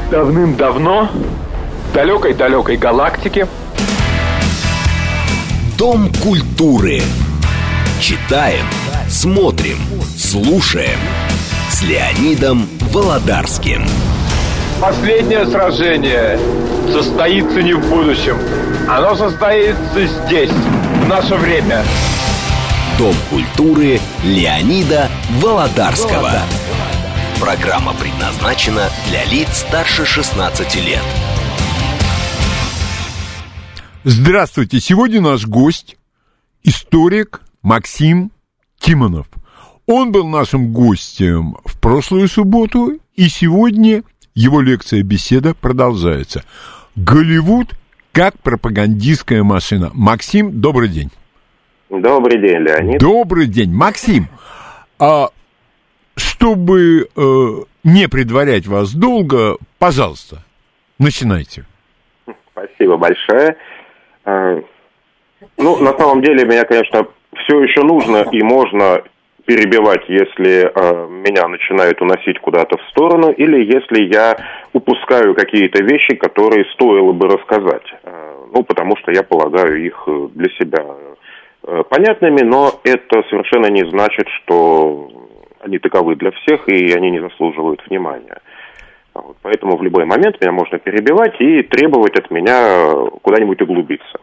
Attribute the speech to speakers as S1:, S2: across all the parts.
S1: Давным-давно, в далекой-далекой галактике.
S2: Дом культуры. Читаем, смотрим, слушаем. С Леонидом Володарским.
S1: Последнее сражение состоится не в будущем. Оно состоится здесь, в наше время.
S2: Дом культуры Леонида Володарского. Программа предназначена для лиц старше 16 лет.
S3: Здравствуйте! Сегодня наш гость – историк Максим Тимонов. Он был нашим гостем в прошлую субботу, и сегодня его лекция-беседа продолжается. Голливуд как пропагандистская машина. Максим, добрый день.
S4: Добрый день, Леонид.
S3: Добрый день. Максим, чтобы не предварять вас долго, пожалуйста, начинайте.
S4: Спасибо большое. На самом деле, меня, конечно, все еще нужно и можно перебивать, если меня начинают уносить куда-то в сторону, или если я упускаю какие-то вещи, которые стоило бы рассказать. Потому что я полагаю их для себя понятными, но это совершенно не значит, что они таковы для всех, и они не заслуживают внимания. Поэтому в любой момент меня можно перебивать и требовать от меня куда-нибудь углубиться.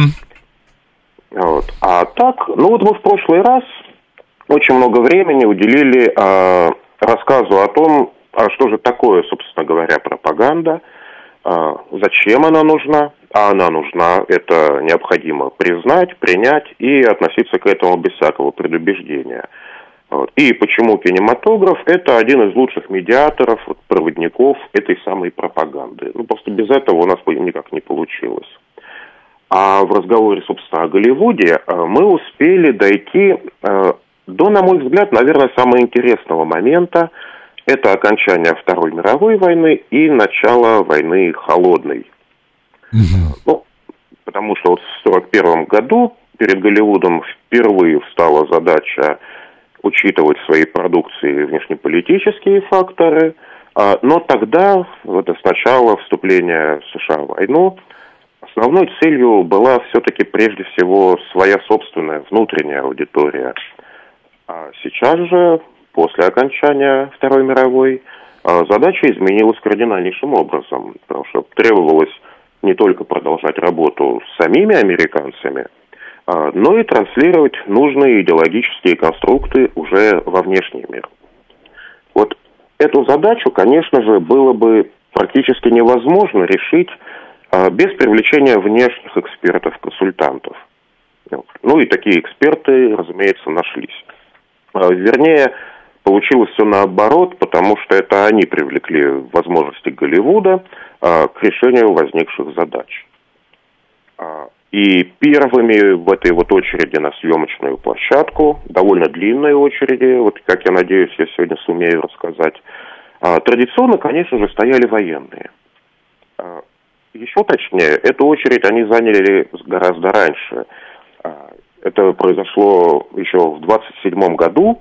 S4: А так, мы в прошлый раз очень много времени уделили рассказу о том, что же такое, собственно говоря, пропаганда, зачем она нужна, а она нужна, это необходимо признать, принять и относиться к этому без всякого предубеждения. И почему кинематограф – это один из лучших медиаторов, проводников этой самой пропаганды. Просто без этого у нас бы никак не получилось. А в разговоре, собственно, о Голливуде мы успели дойти до, на мой взгляд, наверное, самого интересного момента. Это окончание Второй мировой войны и начало войны холодной. Потому что в 1941 году перед Голливудом впервые встала задача учитывать в своей продукции внешнеполитические факторы, но тогда, с начала вступления США в войну, основной целью была все-таки прежде всего своя собственная внутренняя аудитория. А сейчас же, после окончания Второй мировой, задача изменилась кардинальнейшим образом, потому что требовалось не только продолжать работу с самими американцами, но и транслировать нужные идеологические конструкты уже во внешний мир. Эту задачу, конечно же, было бы практически невозможно решить без привлечения внешних экспертов-консультантов. И такие эксперты, разумеется, нашлись. Вернее, получилось все наоборот, потому что это они привлекли возможности Голливуда к решению возникших задач. И первыми в этой очереди на съемочную площадку, довольно длинной очереди, как я надеюсь, я сегодня сумею рассказать, традиционно, конечно же, стояли военные. Еще точнее, эту очередь они заняли гораздо раньше. Это произошло еще в 1927 году,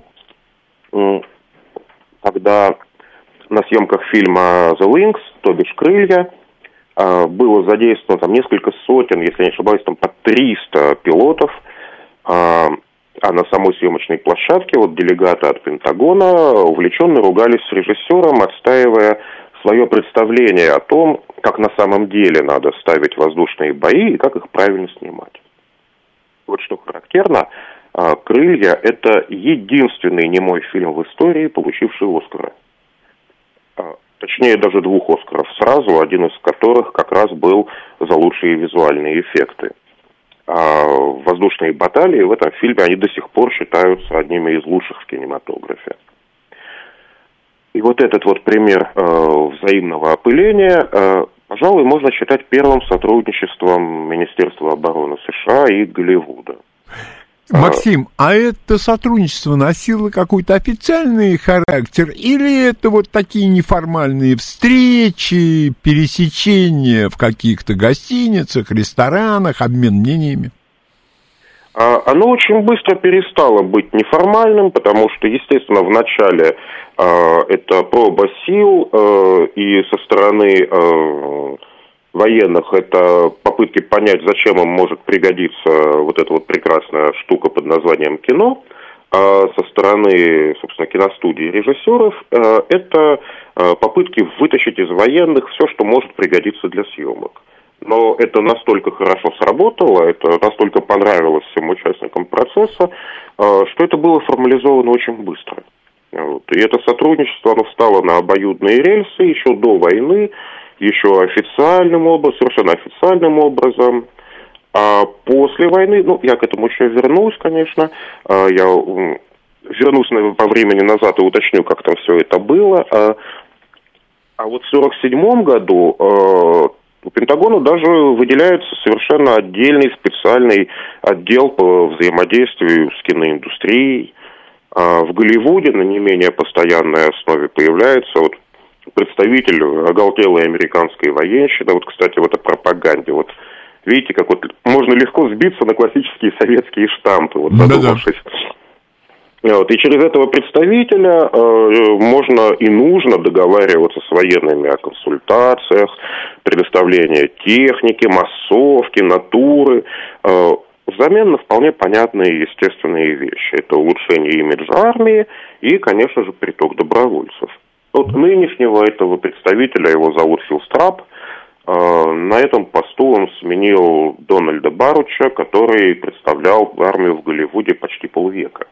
S4: когда на съемках фильма «The Wings», то бишь «Крылья», было задействовано несколько сотен, если не ошибаюсь, по 300 пилотов, а на самой съемочной площадке делегаты от Пентагона увлеченно ругались с режиссером, отстаивая свое представление о том, как на самом деле надо ставить воздушные бои и как их правильно снимать. Что характерно, «Крылья» — это единственный немой фильм в истории, получивший «Оскара». Точнее, даже 2 «Оскаров» сразу, один из которых как раз был за лучшие визуальные эффекты. А воздушные баталии в этом фильме, они до сих пор считаются одними из лучших в кинематографе. И этот пример взаимного опыления, пожалуй, можно считать первым сотрудничеством Министерства обороны США и Голливуда.
S3: Максим, а это сотрудничество носило какой-то официальный характер, или это такие неформальные встречи, пересечения в каких-то гостиницах, ресторанах, обмен мнениями?
S4: Оно очень быстро перестало быть неформальным, потому что, естественно, в начале это проба сил, и со стороны военных это попытки понять, зачем им может пригодиться вот эта вот прекрасная штука под названием кино, а со стороны, собственно, киностудии и режиссеров это попытки вытащить из военных все, что может пригодиться для съемок. Но это настолько хорошо сработало, это настолько понравилось всем участникам процесса, что это было формализовано очень быстро. Вот. И это сотрудничество, оно встало на обоюдные рельсы еще до войны, еще официальным образом, совершенно официальным образом. А после войны, я к этому еще вернусь, конечно, я вернусь по времени назад и уточню, как там все это было. А вот в 1947 году у Пентагона даже выделяется совершенно отдельный специальный отдел по взаимодействию с киноиндустрией. В Голливуде на не менее постоянной основе появляется вот представитель оголтелой американской военщины. Вот, кстати, вот о пропаганде. Вот видите, как вот можно легко сбиться на классические советские штампы, вот задумавшись. Вот, и через этого представителя можно и нужно договариваться с военными о консультациях, предоставлении техники, массовки, натуры, взамен на вполне понятные и естественные вещи. Это улучшение имиджа армии и, конечно же, приток добровольцев. Вот нынешнего этого представителя, его зовут Фил Страб, на этом посту он сменил Дональда Баруча, который представлял армию в Голливуде почти полвека.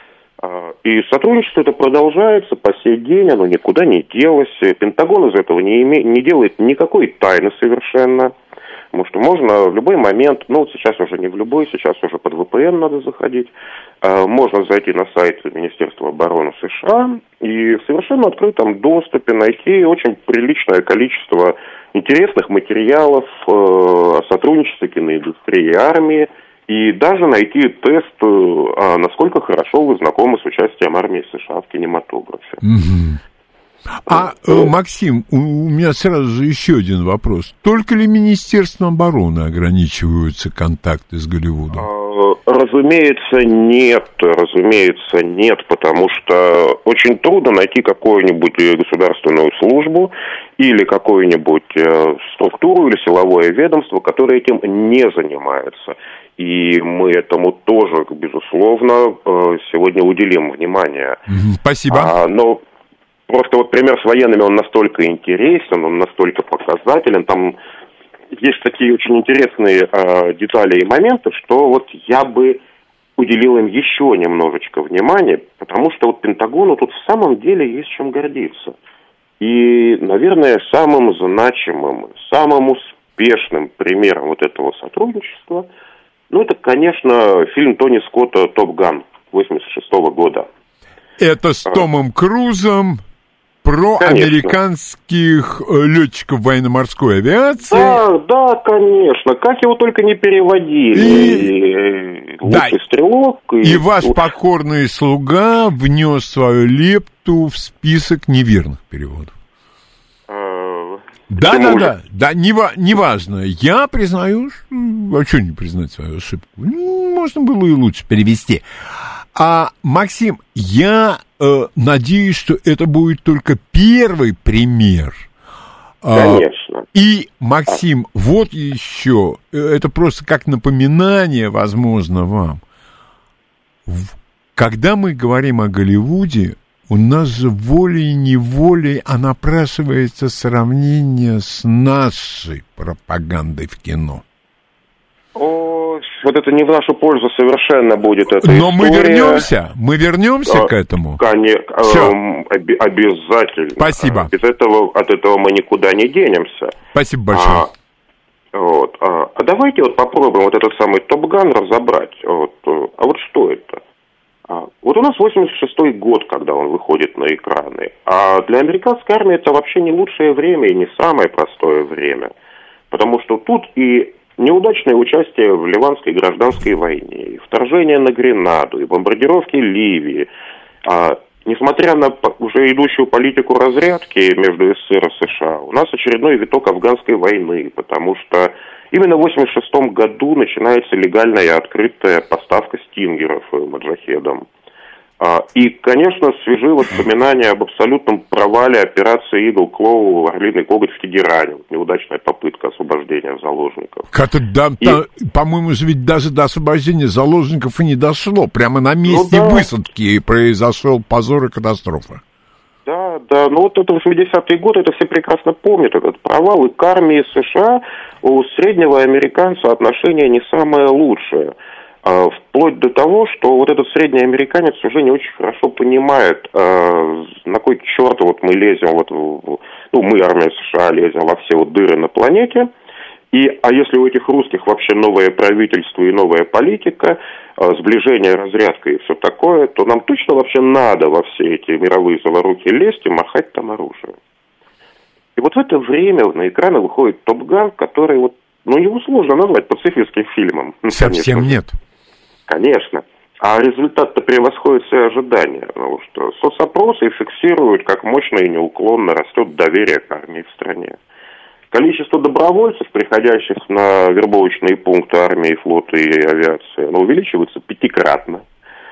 S4: И сотрудничество это продолжается по сей день, оно никуда не делось. Пентагон из этого не делает никакой тайны совершенно. Потому что можно в любой момент, сейчас уже не в любой, сейчас уже под VPN надо заходить, можно зайти на сайт Министерства обороны США и в совершенно открытом доступе найти очень приличное количество интересных материалов о сотрудничестве киноиндустрии и армии, и даже найти тест, насколько хорошо вы знакомы с участием армии США в кинематографе.
S3: Максим, у меня сразу же еще один вопрос. Только ли Министерством обороны ограничиваются контакты с Голливудом?
S4: Разумеется, нет, потому что очень трудно найти какую-нибудь государственную службу или какую-нибудь структуру или силовое ведомство, которое этим не занимается. И мы этому тоже, безусловно, сегодня уделим внимание.
S3: Спасибо.
S4: Но просто вот пример с военными, он настолько интересен, он настолько показателен, там есть такие очень интересные детали и моменты, что вот я бы уделил им еще немножечко внимания, потому что вот Пентагону тут в самом деле есть чем гордиться. И, наверное, самым значимым, самым успешным примером вот этого сотрудничества, это, конечно, фильм Тони Скотта «Топ Ган» 1986 года.
S3: Это с Томом Крузом про американских летчиков военно-морской авиации.
S4: Да, конечно. Как его только не переводили. Лучший стрелок.
S3: И ваш покорный слуга внес свою лепту в список неверных переводов. Да, неважно. Я признаю, а что не признать свою ошибку? Можно было и лучше перевести. Максим, я надеюсь, что это будет только первый пример.
S4: Конечно.
S3: И, Максим, вот еще, это просто как напоминание, возможно, вам. Когда мы говорим о Голливуде, у нас же волей-неволей напрашивается сравнение с нашей пропагандой в кино.
S4: Вот это не в нашу пользу совершенно будет эта история.
S3: Но мы вернемся к этому.
S4: Конечно, обязательно.
S3: Спасибо.
S4: От этого мы никуда не денемся.
S3: Спасибо большое.
S4: Давайте попробуем вот этот самый Топ Ган разобрать. Вот что это? Вот у нас 86-й год, когда он выходит на экраны. А для американской армии это вообще не лучшее время и не самое простое время. Потому что тут и неудачное участие в ливанской гражданской войне, и вторжение на Гренаду, и бомбардировки Ливии. Несмотря на уже идущую политику разрядки между СССР и США, у нас очередной виток афганской войны, потому что Именно в 1986 году начинается легальная и открытая поставка стингеров маджахедам. И, конечно, свежие воспоминания об абсолютном провале операции «Игл Клоу» «Орлиный коготь» в Тегеране. Неудачная попытка освобождения заложников.
S3: По-моему, ведь даже до освобождения заложников и не дошло. Прямо на месте высадки произошел позор и катастрофа.
S4: Да, но вот это 80-е годы, это все прекрасно помнят, этот провал. И к армии США у среднего американца отношение не самое лучшее. Вплоть до того, что вот этот средний американец уже не очень хорошо понимает, на кой черт вот мы лезем, мы, армия США, лезем во все вот дыры на планете. А если у этих русских вообще новое правительство и новая политика, сближение, разрядка и все такое, то нам точно вообще надо во все эти мировые заварухи лезть и махать там оружием. И вот в это время на экраны выходит «Топ Ган», который его сложно назвать пацифистским фильмом.
S3: Совсем конечно. Нет.
S4: Конечно. А результат-то превосходит все ожидания, потому что соцопросы фиксируют, как мощно и неуклонно растет доверие к армии в стране. Количество добровольцев, приходящих на вербовочные пункты армии, флота и авиации, увеличивается пятикратно.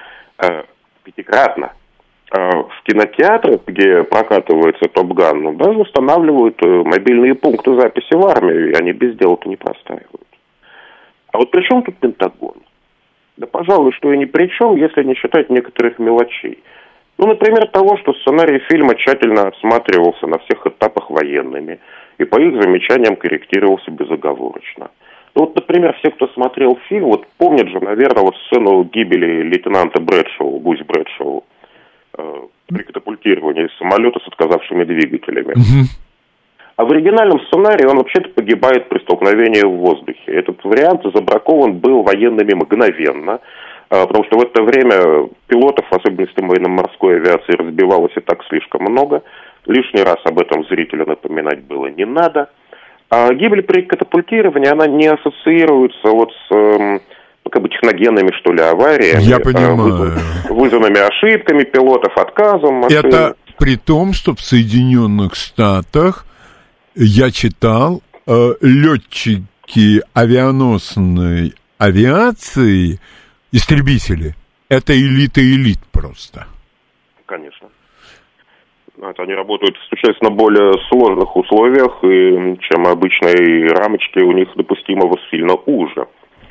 S4: В кинотеатрах, где прокатывается «Топ Ган», даже устанавливают мобильные пункты записи в армию, и они без дела-то не простаивают. А вот при чем тут Пентагон? Да, пожалуй, что и ни при чем, если не считать некоторых мелочей. Например, того, что сценарий фильма тщательно отсматривался на всех этапах военными, и по их замечаниям корректировался безоговорочно. Например, все, кто смотрел фильм, помнят же, наверное, сцену гибели лейтенанта Брэдшоу, Гусь Брэдшоу, при катапультировании из самолета с отказавшими двигателями. А в оригинальном сценарии он вообще-то погибает при столкновении в воздухе. Этот вариант забракован был военными мгновенно, потому что в это время пилотов, в особенности военно-морской авиации, разбивалось и так слишком много. Лишний раз об этом зрителю напоминать было не надо. А гибель при катапультировании, она не ассоциируется с техногенными, что ли, авариями.
S3: Я понимаю.
S4: Вызванными ошибками пилотов, отказом машин.
S3: Это при том, что в Соединенных Штатах, я читал, летчики авианосной авиации, истребители, это элита просто.
S4: Конечно. Они работают в существенно более сложных условиях, и чем обычные рамочки у них допустимого сильно уже.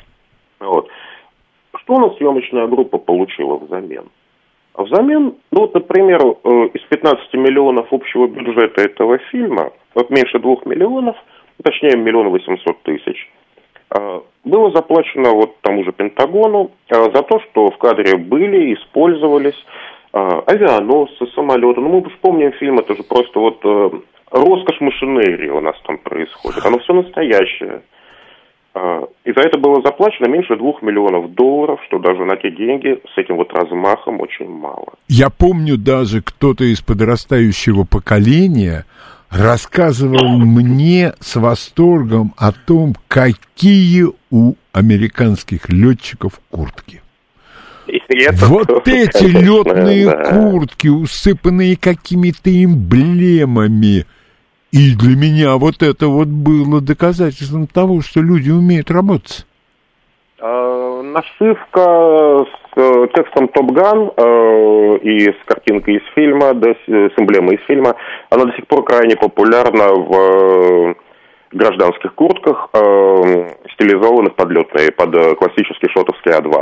S4: Что у нас съемочная группа получила взамен? А взамен, например, из 15 миллионов общего бюджета этого фильма, меньше 2 миллионов, точнее 1 800 000, было заплачено тому же Пентагону за то, что в кадре были, использовались авианосцы, самолеты. Мы вспомним фильм, это же просто роскошь машинерии у нас там происходит. Оно все настоящее. И за это было заплачено меньше $2 миллионов, что даже на те деньги с этим размахом очень мало.
S3: Я помню, даже кто-то из подрастающего поколения рассказывал мне с восторгом о том, какие у американских летчиков куртки. Эти летные куртки, усыпанные какими-то эмблемами. И для меня это было доказательством того, что люди умеют работать.
S4: Нашивка с текстом «Топ Ган» и с картинкой из фильма, с эмблемой из фильма, она до сих пор крайне популярна в гражданских куртках, стилизованных под летные, под классический шотовский А2.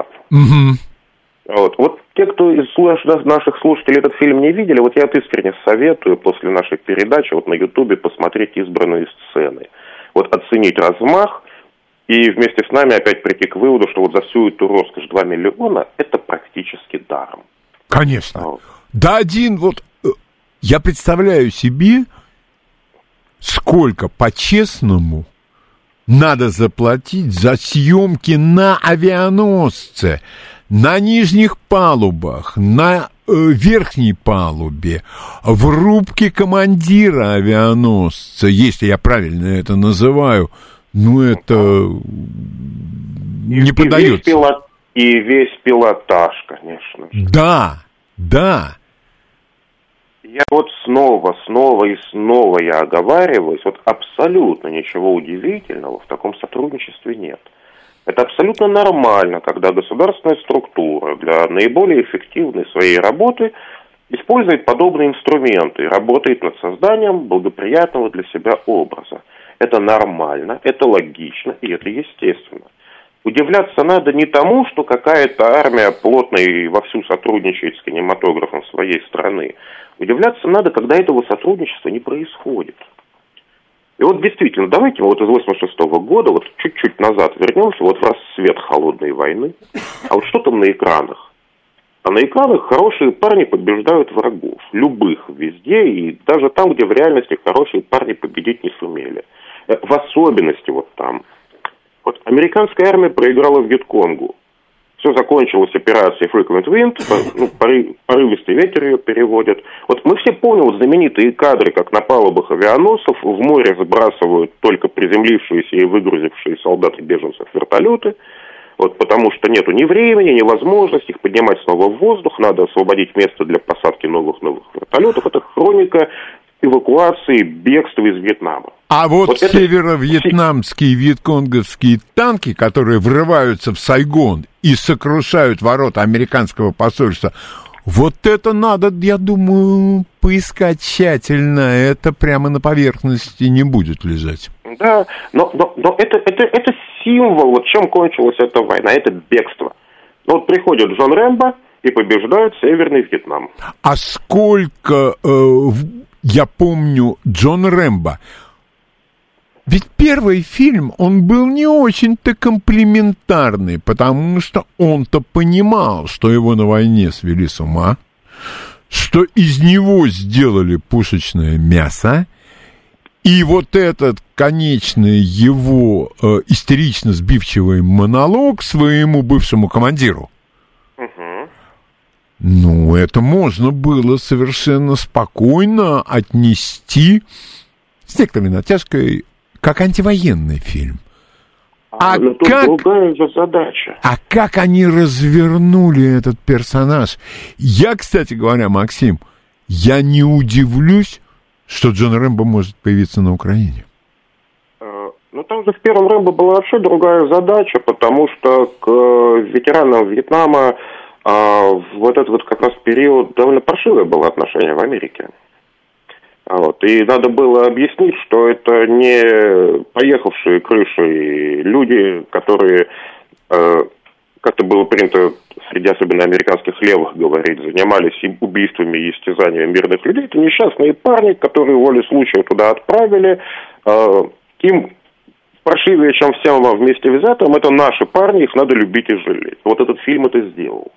S4: Те, кто из наших слушателей этот фильм не видели, я искренне советую после нашей передачи на Ютубе посмотреть избранные сцены. Оценить размах и вместе с нами опять прийти к выводу, что за всю эту роскошь 2 миллиона это практически даром.
S3: Конечно. Да, я представляю себе, сколько по-честному надо заплатить за съемки на авианосце, на нижних палубах, на верхней палубе, в рубке командира авианосца, если я правильно это называю, это не подается.
S4: И весь пилотаж, конечно же.
S3: Да.
S4: Я вот снова и снова я оговариваюсь, вот абсолютно ничего удивительного в таком сотрудничестве нет. Это абсолютно нормально, когда государственная структура для наиболее эффективной своей работы использует подобные инструменты и работает над созданием благоприятного для себя образа. Это нормально, это логично и это естественно. Удивляться надо не тому, что какая-то армия плотно и вовсю сотрудничает с кинематографом своей страны. Удивляться надо, когда этого сотрудничества не происходит. И вот действительно, давайте вот из 86-го года, вот чуть-чуть назад вернемся, вот в расцвет холодной войны. А вот что там на экранах? А на экранах хорошие парни побеждают врагов. Любых, везде, и даже там, где в реальности хорошие парни победить не сумели. В особенности вот там. Вот американская армия проиграла Вьетконгу. Все закончилось операцией Frequent Wind, порывистый ветер ее переводят. Вот мы все помним вот знаменитые кадры, как на палубах авианосцев в море забрасывают только приземлившиеся и выгрузившие солдат и беженцев вертолеты. Вот, потому что нету ни времени, ни возможности их поднимать снова в воздух, надо освободить место для посадки новых вертолетов. Это хроника эвакуации, бегства из Вьетнама.
S3: А вот северо-вьетнамские вьетконговские танки, которые врываются в Сайгон и сокрушают ворота американского посольства, вот это надо, я думаю, поискать тщательно. Это прямо на поверхности не будет лежать.
S4: Да, но это символ, вот чем кончилась эта война, это бегство. Ну, вот приходит Джон Рэмбо и побеждает Северный Вьетнам.
S3: А сколько, я помню, Джон Рэмбо... Ведь первый фильм, он был не очень-то комплиментарный, потому что он-то понимал, что его на войне свели с ума, что из него сделали пушечное мясо, и вот этот конечный его истерично сбивчивый монолог своему бывшему командиру, ну, это можно было совершенно спокойно отнести с некоторой натяжкой как антивоенный фильм.
S4: Но тут другая же задача.
S3: А как они развернули этот персонаж? Я, кстати говоря, Максим, я не удивлюсь, что Джон Рэмбо может появиться на Украине.
S4: Ну, там же в первом Рэмбо была вообще другая задача, потому что к ветеранам Вьетнама вот этот вот как раз период довольно паршивое было отношение в Америке. Вот. И надо было объяснить, что это не поехавшие крышей люди, которые, как-то было принято среди особенно американских левых говорить, занимались убийствами и истязаниями мирных людей. Это несчастные парни, которые волей случая туда отправили. Им паршивее, чем всем вам вместе взятым, это наши парни, их надо любить и жалеть. Вот этот фильм это сделал.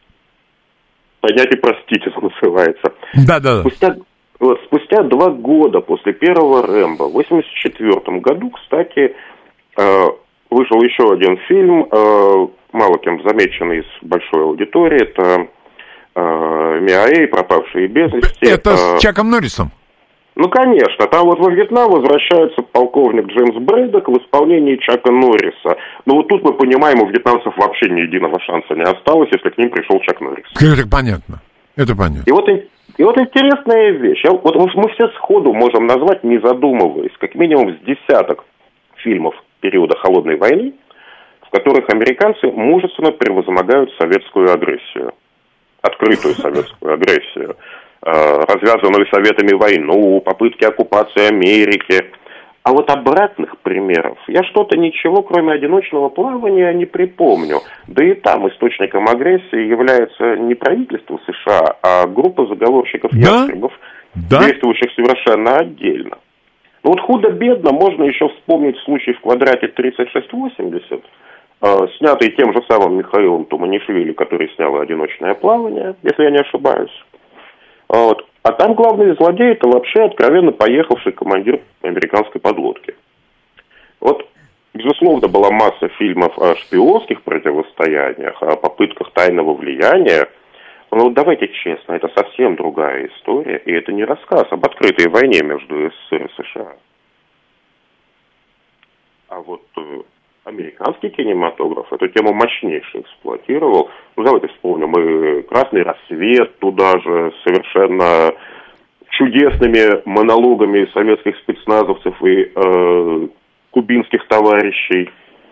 S4: «Понять и простить» это называется.
S3: Да.
S4: Спустя 2 года после первого Рэмбо, в 1984 году, кстати, вышел еще один фильм, мало кем замеченный из большой аудитории, это «Миаэй. Пропавшие без вести».
S3: Это с Чаком Норрисом?
S4: Ну, конечно. Там вот во Вьетнам возвращается полковник Джеймс Брэддок в исполнении Чака Норриса. Но вот тут мы понимаем, у вьетнамцев вообще ни единого шанса не осталось, если к ним пришел Чак Норрис.
S3: Это понятно. И
S4: вот интересная вещь. Вот мы все сходу можем назвать, не задумываясь, как минимум с десяток фильмов периода Холодной войны, в которых американцы мужественно превозмогают советскую агрессию. Открытую советскую агрессию. Развязанную Советами войну, попытки оккупации Америки. А вот обратных примеров я что-то ничего, кроме «Одиночного плавания», не припомню. Да и там источником агрессии является не правительство США, а группа заговорщиков-ястребов, действующих совершенно отдельно. Ну вот худо-бедно можно еще вспомнить случай в «Квадрате 3680», снятый тем же самым Михаилом Туманишвили, который снял «Одиночное плавание», если я не ошибаюсь. Вот. А там главный злодей – это вообще откровенно поехавший командир американской подлодки. Вот, безусловно, была масса фильмов о шпионских противостояниях, о попытках тайного влияния. Но вот давайте честно, это совсем другая история, и это не рассказ об открытой войне между СССР и США. А вот американский кинематограф эту тему мощнейше эксплуатировал. Ну, давайте вспомним, и «Красный рассвет» туда же совершенно чудесными монологами советских спецназовцев и кубинских товарищей.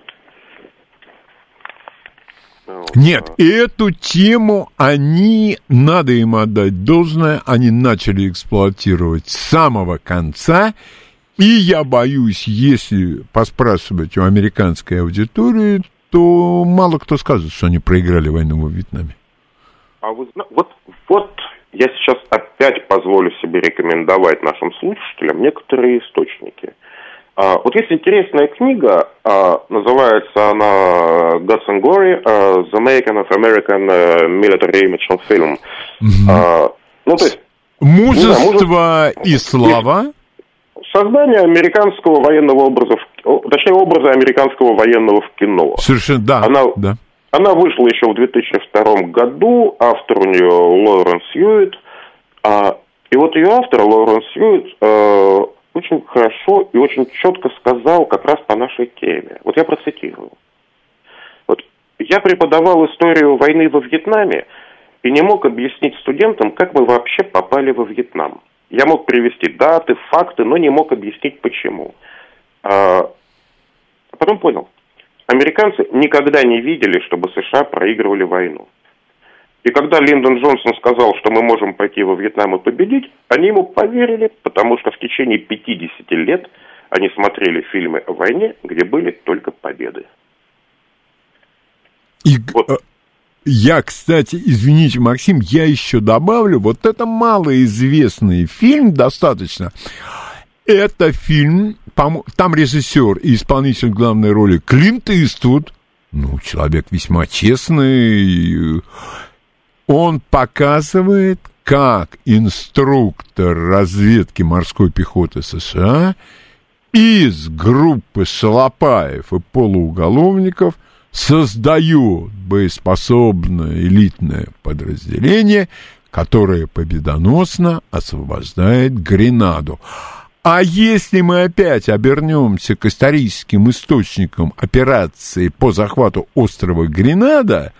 S3: Нет, эту тему надо им отдать должное, они начали эксплуатировать с самого конца, и я боюсь, если поспрашивать у американской аудитории, то мало кто скажет, что они проиграли войну во Вьетнаме.
S4: А вы знаете, вот я сейчас опять позволю себе рекомендовать нашим слушателям некоторые источники. Вот есть интересная книга, называется она Guts and Glory, The Making of American Military Image and Film. То есть,
S3: мужество и слава.
S4: Создание американского военного образа, точнее, образа американского военного в кино.
S3: Совершенно, да.
S4: Она вышла еще в 2002 году, автор у нее Лоуренс Хьюитт. И вот ее автор, Лоуренс Хьюитт, очень хорошо и очень четко сказал как раз по нашей теме. Вот я процитирую. Вот я преподавал историю войны во Вьетнаме и не мог объяснить студентам, как мы вообще попали во Вьетнам. Я мог привести даты, факты, но не мог объяснить, почему. А потом понял. Американцы никогда не видели, чтобы США проигрывали войну. И когда Линдон Джонсон сказал, что мы можем пойти во Вьетнам и победить, они ему поверили, потому что в течение 50 лет они смотрели фильмы о войне, где были только победы.
S3: И я, кстати, извините, Максим, я еще добавлю, вот это малоизвестный фильм достаточно. Это фильм, там режиссер и исполнитель главной роли Клинт Иствуд, человек весьма честный. Он показывает, как инструктор разведки морской пехоты США из группы шалопаев и полууголовников создает боеспособное элитное подразделение, которое победоносно освобождает Гренаду. А если мы опять обернемся к историческим источникам операции по захвату острова Гренада,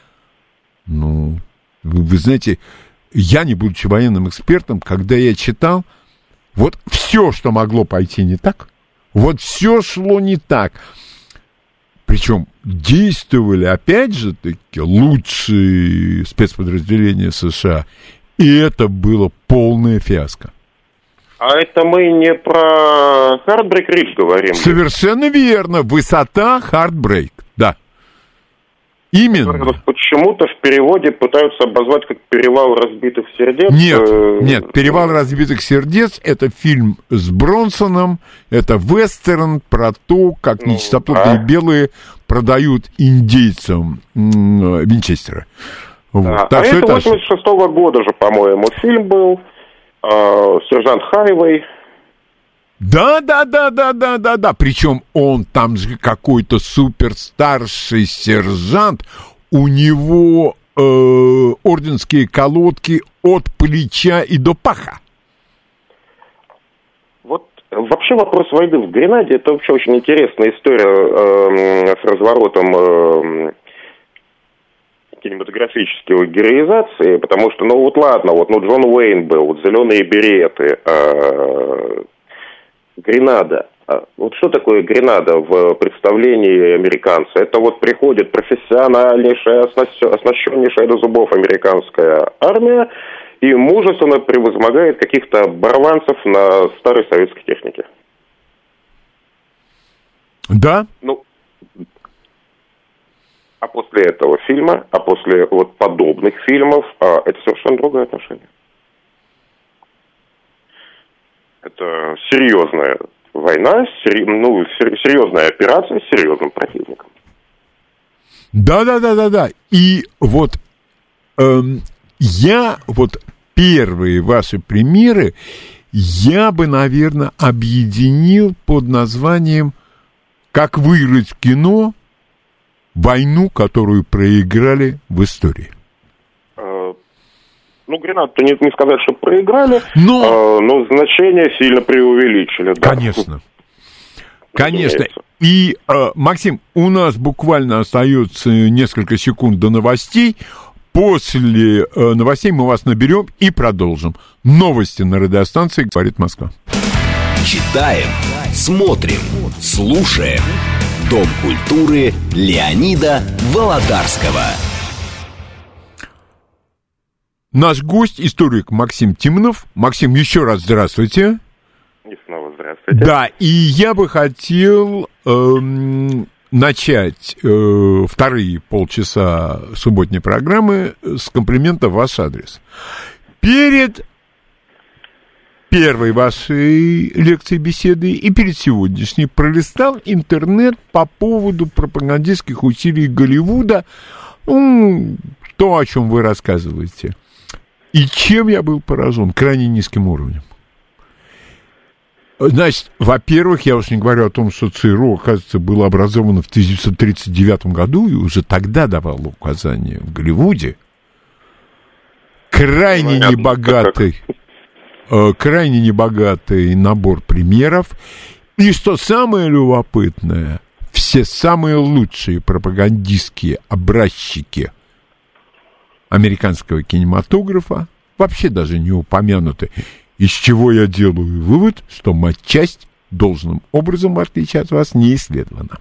S3: вы знаете, я, не будучи военным экспертом, когда я читал, вот все, что могло пойти не так, вот все шло не так. Причем действовали, опять же, таки лучшие спецподразделения США, и это было полное фиаско.
S4: А это мы не про Heartbreak Ridge говорим?
S3: Совершенно верно. Высота Heartbreak, да. Именно.
S4: Почему-то в переводе пытаются обозвать как «Перевал разбитых сердец».
S3: Нет, «Перевал разбитых сердец» — это фильм с Бронсоном, это вестерн про то, как нечистоплотные белые продают индейцам Винчестера. Вот. Так что
S4: это 86-го года же, по-моему, фильм был. Сержант Хайвей.
S3: Да. Причем он там же какой-то суперстарший сержант. У него орденские колодки от плеча и до паха. Вот вообще вопрос войны в Гренаде — это вообще очень интересная история с разворотом кинематографической героизации, потому что, Джон Уэйн был, «Зеленые береты», Гренада. Вот что такое Гренада в представлении американца? Это приходит профессиональнейшая, оснащеннейшая до зубов американская армия и мужественно превозмогает каких-то оборванцев на старой советской технике. Да.
S4: А после этого фильма, после подобных фильмов, это совершенно другое отношение. Это серьезная война, серьезная операция с серьезным противником.
S3: Да. И я первые ваши примеры я бы, наверное, объединил под названием «Как выиграть в кино войну, которую проиграли в истории».
S4: Гренаду-то не сказать, что проиграли, но значение сильно преувеличили. Да.
S3: Конечно. И, Максим, у нас буквально остается несколько секунд до новостей. после новостей мы вас наберем и продолжим. Новости на радиостанции «Говорит Москва».
S2: Читаем, смотрим, слушаем. Дом культуры Леонида Володарского.
S3: Наш гость, историк Максим Тимонов. Максим, еще раз здравствуйте.
S4: И снова здравствуйте.
S3: Да, и я бы хотел начать вторые полчаса субботней программы с комплимента в ваш адрес. Перед первой вашей лекции, беседы и перед сегодняшней пролистал интернет по поводу пропагандистских усилий Голливуда, то, о чем вы рассказываете. И чем я был поражен? Крайне низким уровнем. Значит, во-первых, я уж не говорю о том, что ЦРУ, оказывается, было образовано в 1939 году и уже тогда давало указания в Голливуде. Крайне небогатый набор примеров. И что самое любопытное, все самые лучшие пропагандистские образчики американского кинематографа вообще даже не упомянуты. Из чего я делаю вывод, что матчасть должным образом, в отличие от вас, не исследована.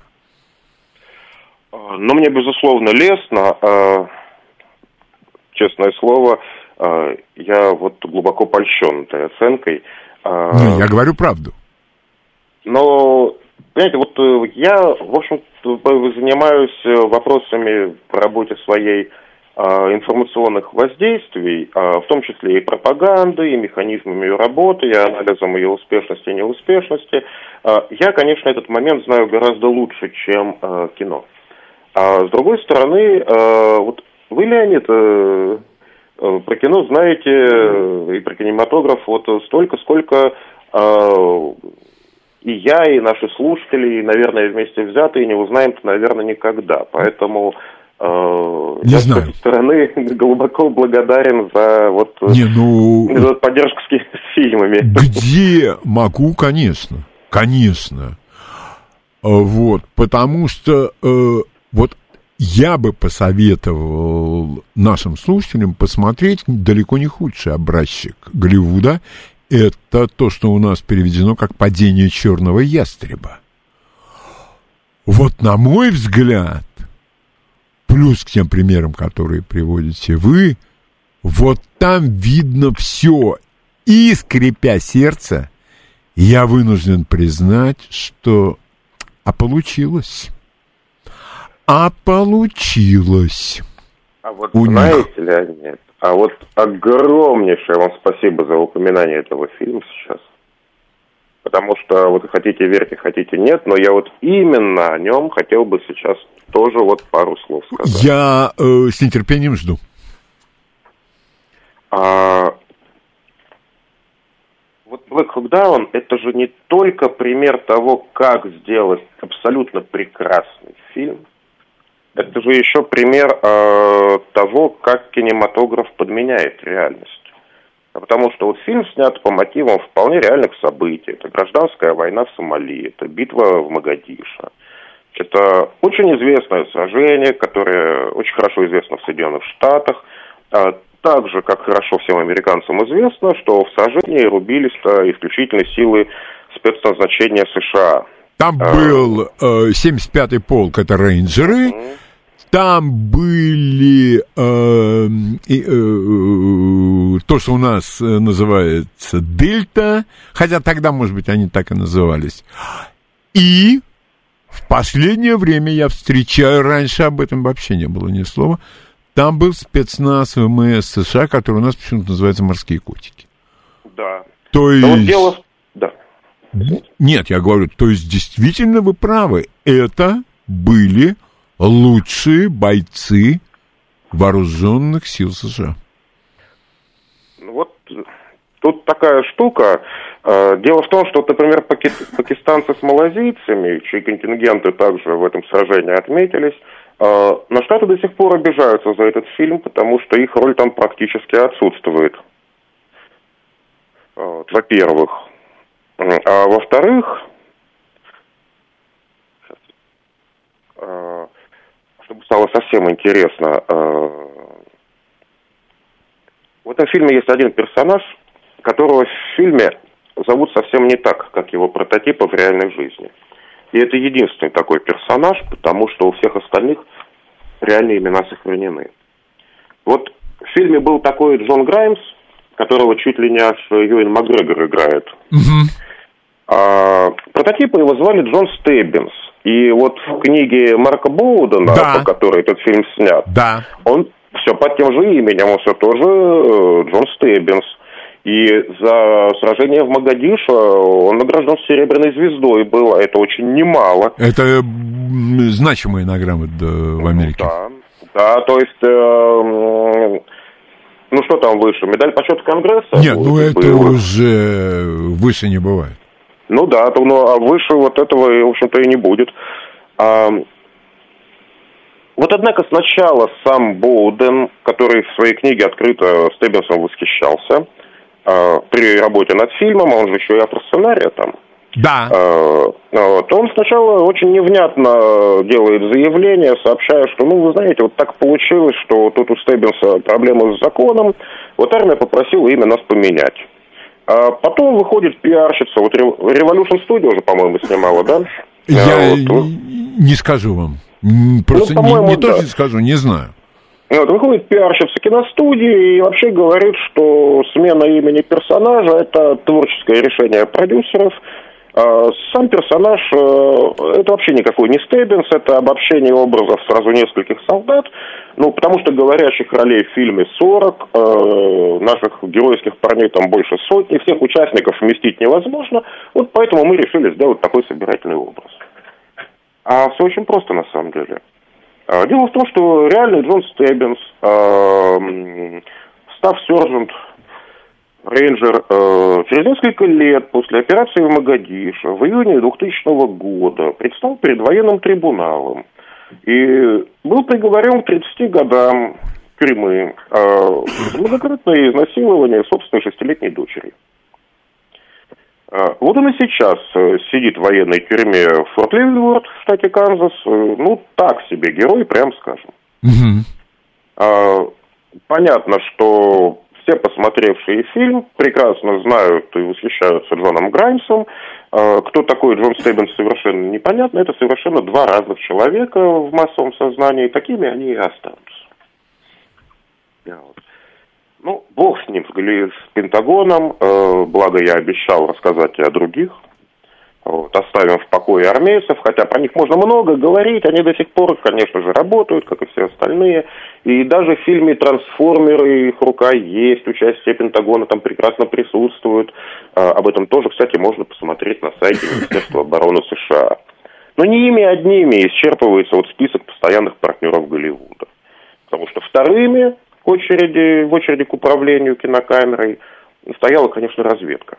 S4: Ну, мне, безусловно, лестно. Честное слово, я вот глубоко польщен этой оценкой.
S3: Я говорю правду.
S4: Но, понимаете, вот я, в общем-то, занимаюсь вопросами по работе своей информационных воздействий, в том числе и пропаганды, и механизмами ее работы, и анализом ее успешности и неуспешности. Я, конечно, этот момент знаю гораздо лучше, чем кино. А с другой стороны, вот вы, Леонид, про кино знаете и про кинематограф вот столько, сколько и я, и наши слушатели, и, наверное, вместе взятые не узнаем, наверное, никогда. Поэтому я с этой стороны глубоко благодарен за вот за поддержку с фильмами.
S3: Где могу, конечно. Вот, потому что вот я бы посоветовал нашим слушателям посмотреть далеко не худший образчик Голливуда. Это то, что у нас переведено как «Падение черного ястреба». Вот, на мой взгляд, плюс к тем примерам, которые приводите вы, вот там видно все. И, скрипя сердце, я вынужден признать, что получилось. Получилось.
S4: А вот знаете, Леонид, вот огромнейшее вам спасибо за упоминание этого фильма сейчас. Потому что вот хотите верьте, хотите нет, но я вот именно о нем хотел бы сейчас тоже вот пару слов сказать.
S3: Я с нетерпением жду.
S4: Вот Black Hawk Down — это же не только пример того, как сделать абсолютно прекрасный фильм, это же еще пример того, как кинематограф подменяет реальность. Потому что вот фильм снят по мотивам вполне реальных событий. Это гражданская война в Сомали, это битва в Могадишо. Это очень известное сражение, которое очень хорошо известно в Соединенных Штатах. Так же, как хорошо всем американцам известно, что в сражении рубились исключительно силы спецназначения США.
S3: Там был 75-й полк, это рейнджеры. Там были то, что у нас называется Дельта, хотя тогда, может быть, они так и назывались. И в последнее время я встречаю, раньше об этом вообще не было ни слова, там был спецназ ВМС США, который у нас почему-то называется «Морские котики».
S4: Да.
S3: То есть...
S4: Вот дело... Да.
S3: Нет, я говорю, то есть действительно вы правы, это были лучшие бойцы вооруженных сил США.
S4: Вот тут такая штука. Дело в том, что, например, пакистанцы с малазийцами, чьи контингенты также в этом сражении отметились, на Штаты до сих пор обижаются за этот фильм, потому что их роль там практически отсутствует. Во-первых. А во-вторых, чтобы стало совсем интересно, этом фильме есть один персонаж, которого в фильме зовут совсем не так, как его прототипа в реальной жизни. И это единственный такой персонаж, потому что у всех остальных реальные имена сохранены. Вот в фильме был такой Джон Граймс, которого чуть ли не аж Юэн Макгрегор играет. Прототипа его звали Джон Стеббинс. И вот в книге Марка Боудена, по которой этот фильм снят, он все под тем же именем, он все тоже Джон Стеббинс. И за сражение в Могадишо он награжден Серебряной звездой был, а это очень немало.
S3: Это значимые награды в Америке.
S4: Да, то есть, ну что там выше, медаль почета Конгресса?
S3: Нет, ну это уже выше не бывает.
S4: Ну да, а выше вот этого, в общем-то, и не будет. Вот, однако, сначала сам Боуден, который в своей книге открыто Стеббинсом восхищался, при работе над фильмом, он же еще и автор сценария там.
S3: Да.
S4: То он сначала очень невнятно делает заявление, сообщая, что, ну, вы знаете, вот так получилось, что тут у Стеббинса проблемы с законом, вот армия попросила имя нас поменять. А потом выходит пиарщица, вот Revolution Studio уже, по-моему, снимала, да?
S3: Я не скажу вам. Просто не точно скажу, не знаю.
S4: Вот, выходит пиарщица киностудии и вообще говорит, что смена имени персонажа – это творческое решение продюсеров. Сам персонаж – это вообще никакой не Стеббинс, это обобщение образов сразу нескольких солдат. Ну, потому что говорящих ролей в фильме 40, наших геройских парней там больше сотни, всех участников вместить невозможно. Вот поэтому мы решили сделать такой собирательный образ. А все очень просто на самом деле. Дело в том, что реальный Джон Стеббинс, став сержант, рейнджер, через несколько лет после операции в Могадишо в июне 2000 года предстал перед военным трибуналом и был приговорен к 30 годам тюрьмы за многократное изнасилование собственной 6-летней дочери. Вот он и сейчас сидит в военной тюрьме в Форт Леаvenworth в штате Канзас. Ну, так себе герой, прям скажем. Понятно, что все посмотревшие фильм прекрасно знают и восхищаются Джоном Граймсом. Кто такой Джон Стеббинс, совершенно непонятно. Это совершенно два разных человека в массовом сознании. Такими они и останутся. Ну, бог с ним, с Пентагоном, благо я обещал рассказать и о других. Вот, оставим в покое армейцев, хотя про них можно много говорить, они до сих пор, конечно же, работают, как и все остальные. И даже в фильме «Трансформеры» их рука есть, участие Пентагона там прекрасно присутствует. Об этом тоже, кстати, можно посмотреть на сайте Министерства обороны США. Но не ими одними исчерпывается вот список постоянных партнеров Голливуда. Потому что вторыми в очереди к управлению кинокамерой стояла, конечно, разведка.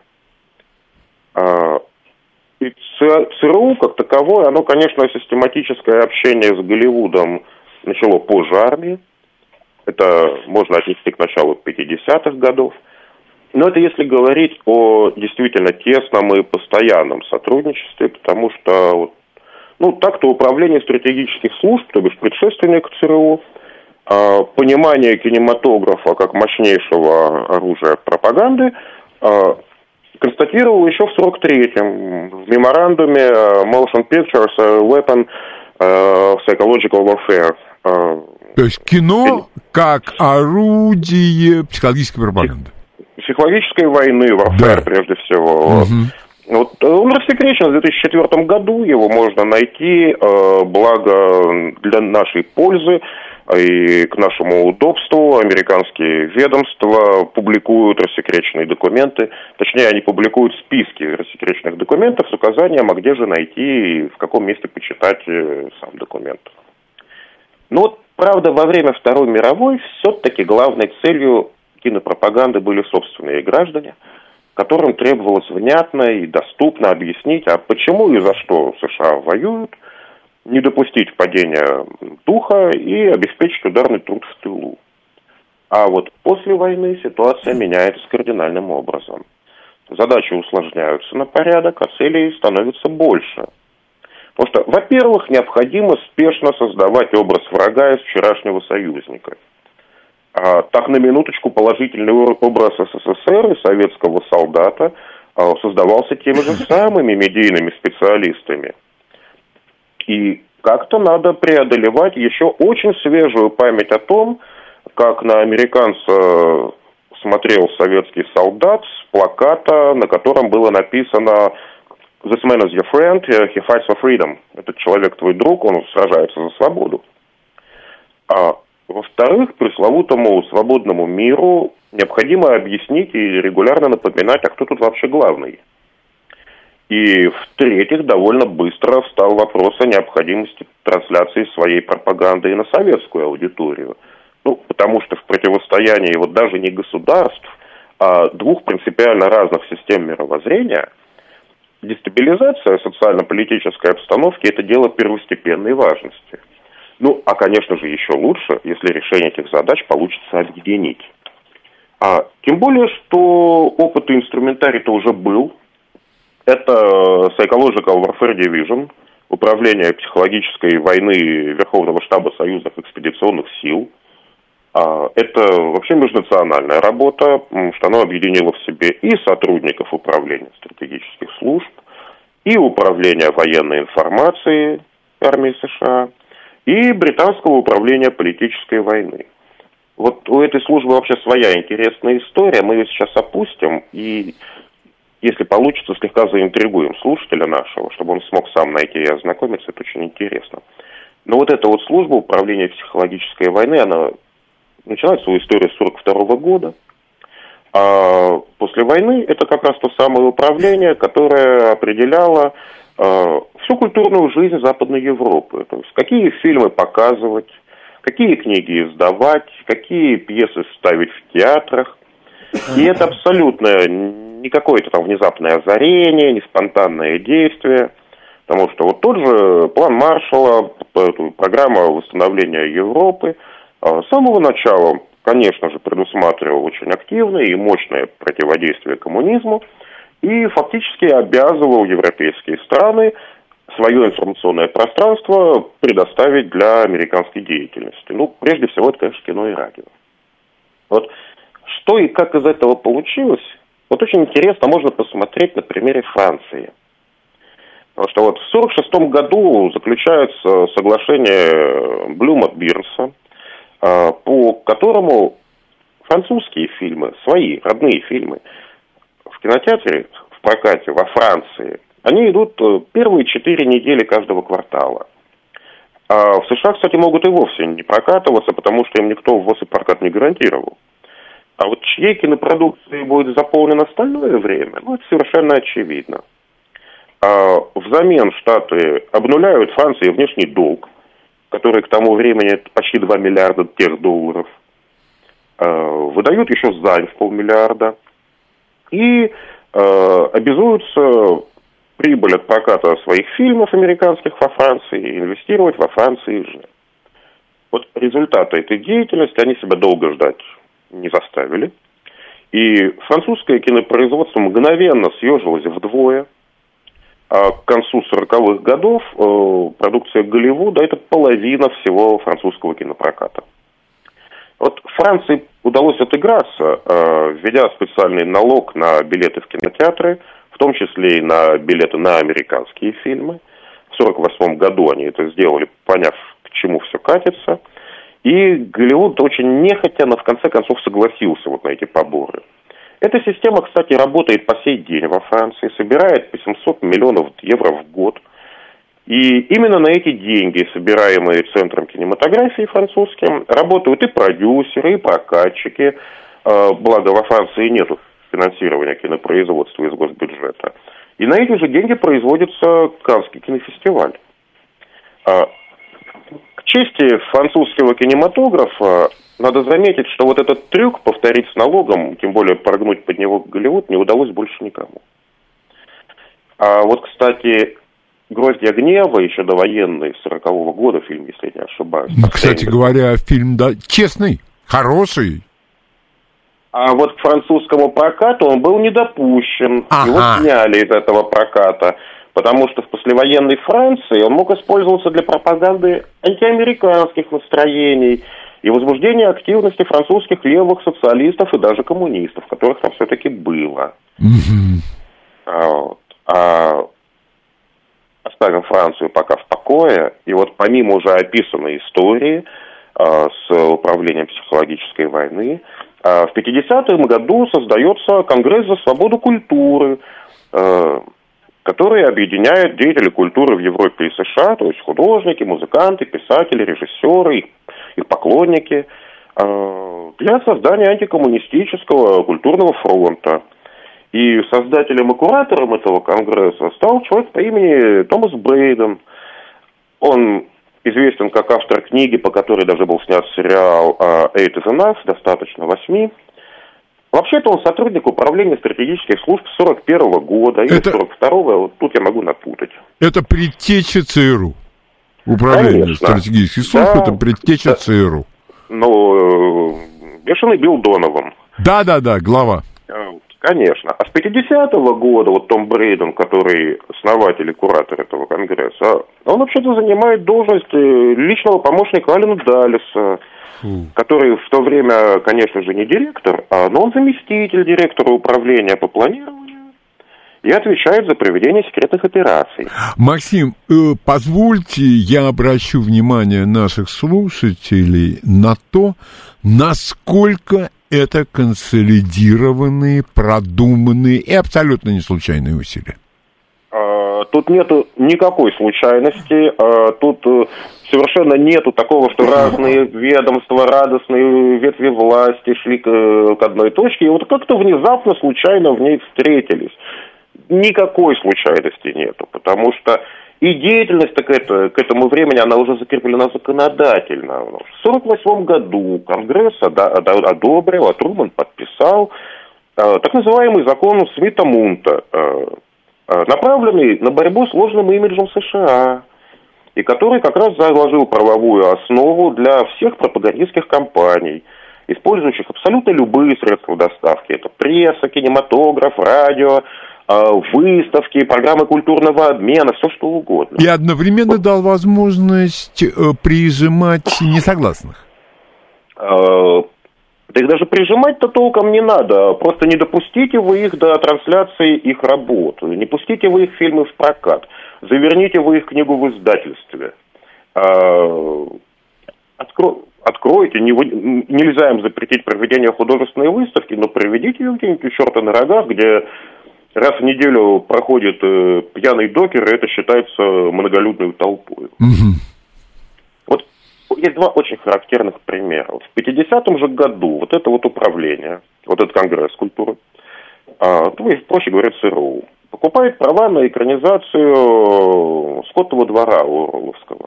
S4: И ЦРУ, как таковое, оно, конечно, систематическое общение с Голливудом начало позже армии. Это можно отнести к началу 50-х годов. Но это если говорить о действительно тесном и постоянном сотрудничестве, потому что, так-то управление стратегических служб, то бишь предшественник ЦРУ, понимание кинематографа как мощнейшего оружия пропаганды констатировал еще в 43-м в меморандуме Motion Pictures Weapon Psychological Warfare.
S3: То есть кино как орудие психологической пропаганды.
S4: Психологической войны, warfare, прежде всего. Вот, он рассекречен в 2004 году, его можно найти, благо для нашей пользы и к нашему удобству американские ведомства публикуют рассекреченные документы, точнее, они публикуют списки рассекреченных документов с указанием, а где же найти и в каком месте почитать сам документ. Правда, во время Второй мировой все-таки главной целью кинопропаганды были собственные граждане, которым требовалось внятно и доступно объяснить, а почему и за что США воюют, не допустить падения духа и обеспечить ударный труд в тылу. А вот после войны ситуация меняется кардинальным образом. Задачи усложняются на порядок, а целей становится больше. Потому что, во-первых, необходимо спешно создавать образ врага из вчерашнего союзника. Так, на минуточку, положительный образ СССР и советского солдата создавался теми же самыми медийными специалистами. И как-то надо преодолевать еще очень свежую память о том, как на американца смотрел советский солдат с плаката, на котором было написано «This man is your friend, he fights for freedom». Этот человек твой друг, он сражается за свободу. А во-вторых, пресловутому свободному миру необходимо объяснить и регулярно напоминать, а кто тут вообще главный. И в-третьих, довольно быстро встал вопрос о необходимости трансляции своей пропаганды и на советскую аудиторию. Потому что в противостоянии вот даже не государств, а двух принципиально разных систем мировоззрения, дестабилизация социально-политической обстановки – это дело первостепенной важности. А, конечно же, еще лучше, если решение этих задач получится объединить. Тем более, что опыт и инструментарий-то уже был. Это Psychological Warfare Division, управление психологической войны Верховного штаба союзных экспедиционных сил. Это вообще межнациональная работа, что оно объединило в себе и сотрудников управления стратегических служб, и управления военной информацией армии США, и британского управления политической войны. Вот у этой службы вообще своя интересная история, мы ее сейчас опустим, и если получится, слегка заинтригуем слушателя нашего, чтобы он смог сам найти и ознакомиться, это очень интересно. Но вот эта вот служба управления психологической войны, она начала свою историю с 1942 года, а после войны это как раз то самое управление, которое определяло всю культурную жизнь Западной Европы. То есть какие фильмы показывать, какие книги издавать, какие пьесы ставить в театрах. И это абсолютно не какое-то там внезапное озарение, не спонтанное действие. Потому что вот тот же план Маршалла, программа восстановления Европы, с самого начала, конечно же, предусматривал очень активное и мощное противодействие коммунизму и фактически обязывал европейские страны свое информационное пространство предоставить для американской деятельности. Прежде всего, это, конечно, кино и радио. Вот что и как из этого получилось, вот очень интересно можно посмотреть на примере Франции. Потому что вот в 1946 году заключается соглашение Блюма-Бирнса, по которому французские фильмы, свои родные фильмы, в кинотеатре, в прокате во Франции, они идут первые 4 недели каждого квартала. А в США, кстати, могут и вовсе не прокатываться, потому что им никто ввоз и прокат не гарантировал. А вот чьей кинопродукцией будет заполнено остальное время, это совершенно очевидно. Взамен Штаты обнуляют Франции внешний долг, который к тому времени почти 2 миллиарда тех долларов, выдают еще займ в 500 миллиарда и обязуются прибыль от проката своих фильмов американских во Франции инвестировать во Франции же. Вот результаты этой деятельности, они себя долго ждать не заставили. И французское кинопроизводство мгновенно съежилось вдвое. А к концу 40-х годов продукция Голливуда – это половина всего французского кинопроката. Вот Франции удалось отыграться, введя специальный налог на билеты в кинотеатры, в том числе и на билеты на американские фильмы. В 1948 году они это сделали, поняв, к чему все катится. И Голливуд очень нехотя, но в конце концов согласился вот на эти поборы. Эта система, кстати, работает по сей день во Франции, собирает по 700 миллионов евро в год. И именно на эти деньги, собираемые Центром кинематографии французским, работают и продюсеры, и прокатчики. Благо во Франции нету финансирования кинопроизводства из госбюджета. И на эти же деньги производится Каннский кинофестиваль. К чести французского кинематографа, надо заметить, что вот этот трюк повторить с налогом, тем более прогнуть под него Голливуд, не удалось больше никому. А вот, кстати, «Гроздья гнева», еще довоенный, 40-го года фильм, если я не ошибаюсь.
S3: Кстати говоря, фильм честный, хороший.
S4: А вот к французскому прокату он был не допущен. Его сняли из этого проката, потому что в послевоенной Франции он мог использоваться для пропаганды антиамериканских настроений. и возбуждение активности французских левых социалистов и даже коммунистов, которых там все-таки было. Оставим Францию пока в покое, и вот помимо уже описанной истории с управлением психологической войны, в 50-м году создается Конгресс за свободу культуры, который объединяет деятелей культуры в Европе и США, то есть художники, музыканты, писатели, режиссеры, их поклонники, для создания антикоммунистического культурного фронта. И создателем и куратором этого конгресса стал человек по имени Томас Брейден. Он известен как автор книги, по которой даже был снят сериал «Eight is enough», достаточно 8. Вообще-то он сотрудник управления стратегических служб с 41 года или 42-го, вот тут я могу напутать. Это
S3: предтеча ЦРУ. Управление стратегических служб, да, это предтеча ЦРУ.
S4: Ну, бешеный Билл Донован.
S3: Да, глава.
S4: Конечно. А с 50-го года вот Том Брейден, который основатель и куратор этого конгресса, он вообще-то занимает должность личного помощника Алена Даллеса, который в то время, конечно же, не директор, но он заместитель директора управления по планированию и отвечает за проведение секретных операций.
S3: Максим, позвольте, я обращу внимание наших слушателей на то, насколько это консолидированные, продуманные и абсолютно не случайные усилия.
S4: Тут нету никакой случайности, тут совершенно нету такого, что разные ведомства, радостные ветви власти шли к одной точке, и вот как-то внезапно, случайно в ней встретились. Никакой случайности нету, потому что и деятельность к этому времени, она уже закреплена законодательно. В 1948 году Конгресс одобрил, а Трумэн подписал так называемый закон Смита-Мунта, направленный на борьбу с ложным имиджем США, и который как раз заложил правовую основу для всех пропагандистских кампаний, использующих абсолютно любые средства доставки. Это пресса, кинематограф, радио, выставки, программы культурного обмена, все что угодно.
S3: И одновременно дал возможность прижимать несогласных.
S4: Да их даже прижимать-то толком не надо. Просто не допустите вы их до трансляции их работ. Не пустите вы их фильмы в прокат. Заверните вы их книгу в издательстве. Откройте. Нельзя им запретить проведение художественной выставки, но проведите ее где-нибудь у черта на рогах, где раз в неделю проходит пьяный докер, и это считается многолюдной толпой. Вот есть два очень характерных примера. Вот в 50-м же году вот это вот управление, вот этот Конгресс культуры, проще говоря, ЦРУ, покупает права на экранизацию «Скоттова двора» Оруэлловского.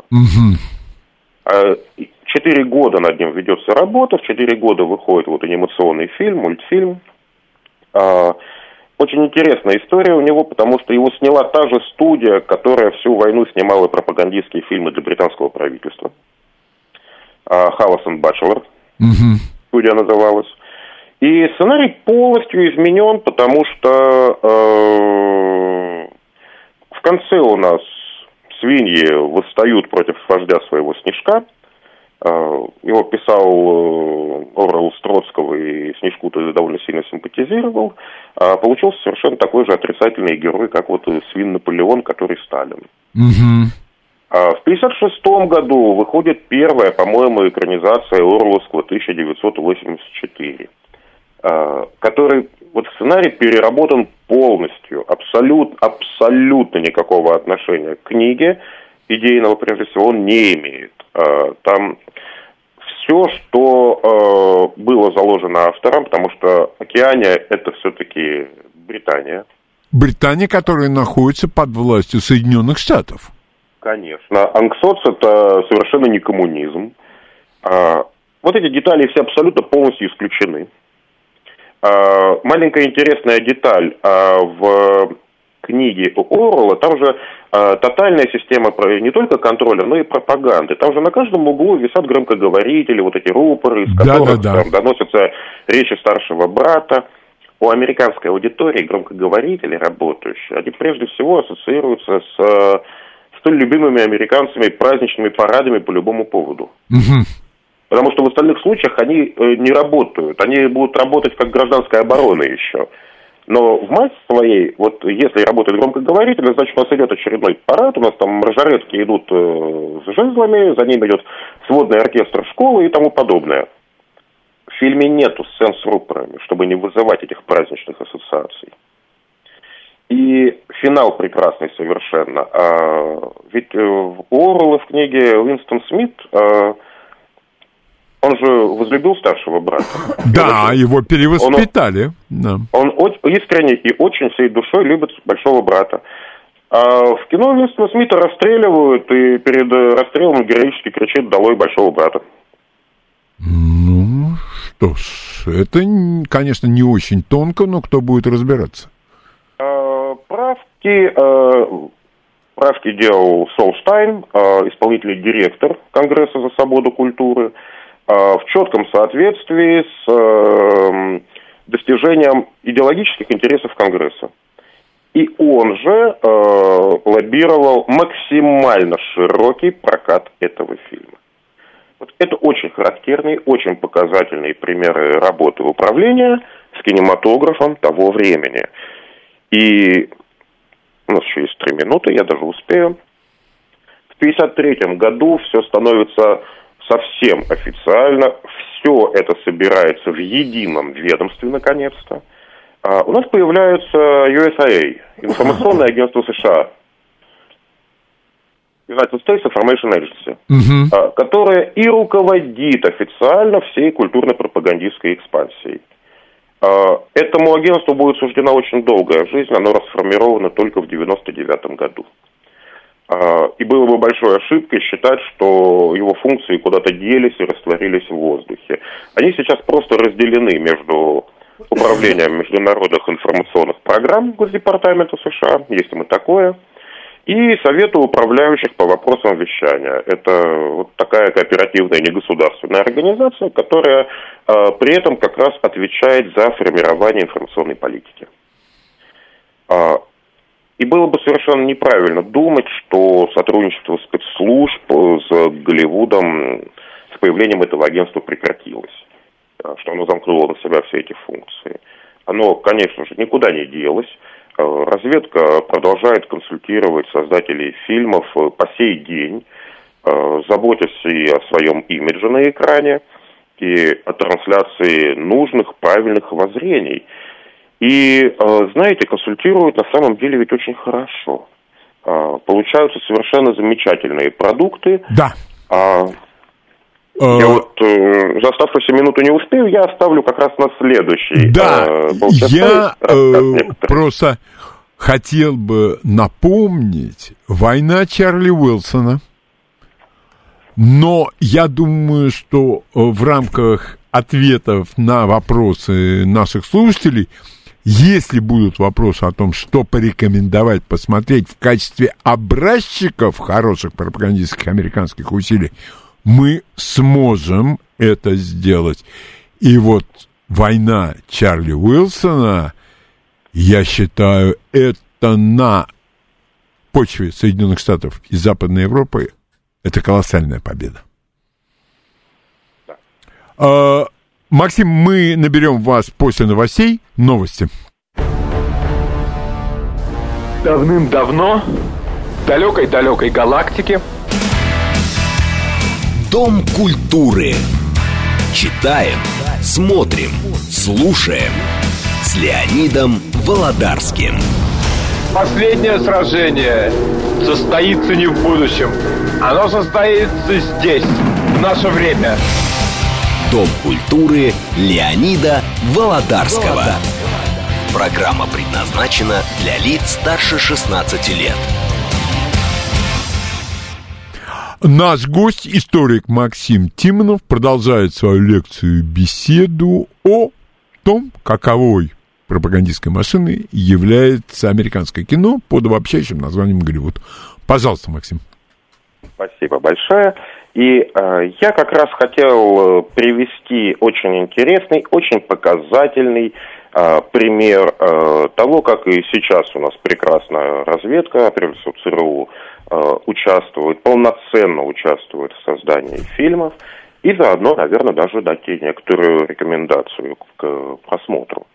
S4: 4 года над ним ведется работа, в 4 года выходит вот анимационный фильм, мультфильм. Очень интересная история у него, потому что его сняла та же студия, которая всю войну снимала пропагандистские фильмы для британского правительства. Халлас энд Батчелор, студия называлась. И сценарий полностью изменен, потому что в конце у нас свиньи восстают против вождя своего Снежка. Его писал Оруэлл с Троцкого, и Снежку-то довольно сильно симпатизировал. Получился совершенно такой же отрицательный герой, как вот свин Наполеон, который Сталин. В 1956 году выходит первая, по-моему, экранизация Оруэлловского 1984, который вот сценарий переработан полностью, абсолютно никакого отношения к книге, идейного, прежде всего, он не имеет. Там все, что было заложено автором, потому что Океания – это все-таки Британия.
S3: Британия, которая находится под властью Соединенных Штатов.
S4: Конечно. Анксоц – это совершенно не коммунизм. Вот эти детали все абсолютно полностью исключены. Маленькая интересная деталь. В книге Оруэлла там же тотальная система не только контроля, но и пропаганды. Там же на каждом углу висят громкоговорители, вот эти рупоры, из которых там доносятся речи старшего брата. У американской аудитории громкоговорители работающие, они прежде всего ассоциируются с столь любимыми американцами праздничными парадами по любому поводу. Потому что в остальных случаях они не работают. Они будут работать как гражданская оборона еще. Но в массе своей, вот если работает громкоговоритель, значит, у нас идет очередной парад, у нас там мажоретки идут с жезлами, за ними идет сводный оркестр школы и тому подобное. В фильме нету сцен с рупорами, чтобы не вызывать этих праздничных ассоциаций. И финал прекрасный совершенно. Ведь у Оруэлла в книге Уинстон Смит... Он же возлюбил старшего брата.
S3: Да, его перевоспитали.
S4: Он искренне и очень всей душой любит большого брата. А в кино Уинстона Смита расстреливают, и перед расстрелом героически кричит «Долой большого брата».
S3: Ну, что ж, это, конечно, не очень тонко, но кто будет разбираться?
S4: Правки делал Сол Штайн, исполнительный директор Конгресса за свободу культуры, в четком соответствии с достижением идеологических интересов Конгресса. И он же лоббировал максимально широкий прокат этого фильма. Вот это очень характерные, очень показательные примеры работы управления с кинематографом того времени. И у нас еще есть 3 минуты, я даже успею. В 1953 году все становится совсем официально, все это собирается в едином ведомстве, наконец-то. У нас появляется USAA, информационное агентство США, United States Information Agency, которое и руководит официально всей культурно-пропагандистской экспансией. Этому агентству будет суждена очень долгая жизнь, оно расформировано только в 1999 году. И было бы большой ошибкой считать, что его функции куда-то делись и растворились в воздухе. Они сейчас просто разделены между управлением международных информационных программ Госдепартамента США, есть им и такое, и Совету управляющих по вопросам вещания. Это вот такая кооперативная негосударственная организация, которая при этом как раз отвечает за формирование информационной политики. И было бы совершенно неправильно думать, что сотрудничество спецслужб с Голливудом с появлением этого агентства прекратилось, что оно замкнуло на себя все эти функции. Оно, конечно же, никуда не делось. Разведка продолжает консультировать создателей фильмов по сей день, заботясь и о своем имидже на экране, и о трансляции нужных, правильных воззрений. И, знаете, консультируют на самом деле ведь очень хорошо. Получаются совершенно замечательные продукты.
S3: Да.
S4: Я вот за оставшуюся минуту не успею, я оставлю как раз на следующий.
S3: Да, я просто хотел бы напомнить «Война Чарли Уилсона». Но я думаю, что в рамках ответов на вопросы наших слушателей, если будут вопросы о том, что порекомендовать посмотреть в качестве образчиков хороших пропагандистских американских усилий, мы сможем это сделать. И вот «Война Чарли Уилсона», я считаю, это на почве Соединенных Штатов и Западной Европы это колоссальная победа. Максим, мы наберем вас после новостей. Новости.
S1: Давным-давно, в далекой-далекой галактике,
S2: Дом культуры. Читаем, смотрим, слушаем с Леонидом Володарским.
S1: последнее сражение состоится не в будущем. Оно состоится здесь, в наше время.
S2: Дом культуры Леонида Володарского. Программа предназначена для лиц старше 16 лет.
S3: Наш гость, историк Максим Тимонов, продолжает свою лекцию-беседу о том, каковой пропагандистской машиной является американское кино под обобщающим названием Голливуд. Пожалуйста, Максим.
S4: Спасибо большое. И я как раз хотел привести очень интересный, очень показательный пример того, как и сейчас у нас прекрасная разведка, прежде всего ЦРУ, участвует, полноценно участвует в создании фильмов. и заодно, наверное, даже дать ей некоторую рекомендацию к просмотру.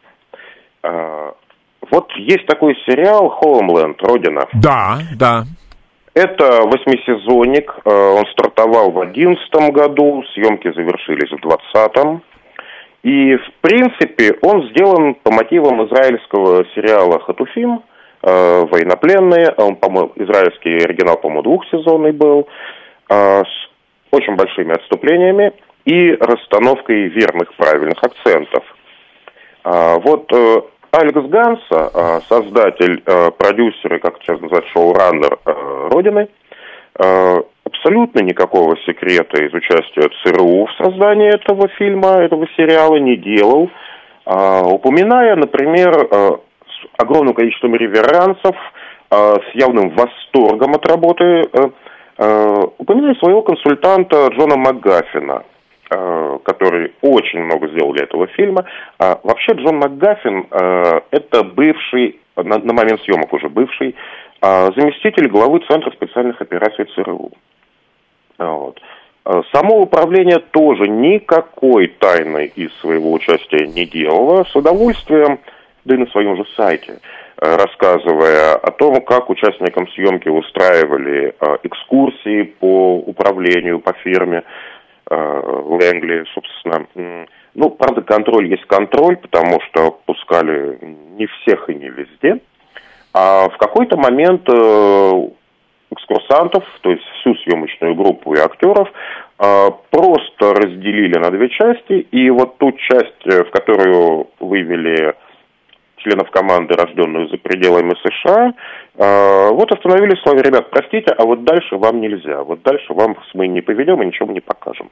S4: Вот есть такой сериал «Homeland», «Родина».
S3: Да.
S4: Это 8-сезонник, он стартовал в 2011 году, съемки завершились в 2020. И, в принципе, он сделан по мотивам израильского сериала «Хатуфим», «Военнопленные». Он, по-моему, израильский оригинал, по-моему, 2-сезонный был, с очень большими отступлениями и расстановкой верных, правильных акцентов. Вот Алекс Ганса, создатель, продюсер и, как сейчас называют, шоураннер «Родины», абсолютно никакого секрета из участия ЦРУ в создании этого фильма, этого сериала не делал, упоминая, например, с огромным количеством реверансов, с явным восторгом от работы, упоминая своего консультанта Джона МакГаффина, который очень много сделал для этого фильма. Вообще Джон МакГаффин это бывший, на момент съемок уже бывший, заместитель главы Центра специальных операций ЦРУ. Вот. Само управление тоже никакой тайны из своего участия не делало, с удовольствием, да и на своем же сайте, рассказывая о том, как участникам съемки устраивали экскурсии по управлению, по фирме Лэнгли, собственно. Ну, правда, контроль есть контроль, потому что пускали не всех и не везде. А в какой-то момент экскурсантов, то есть всю съемочную группу и актеров, просто разделили на две части, и вот ту часть, в которую вывели членов команды, рожденную за пределами США, вот остановили слово: ребят, простите, а вот дальше вам нельзя, вот дальше вам мы не поведем и ничего не покажем.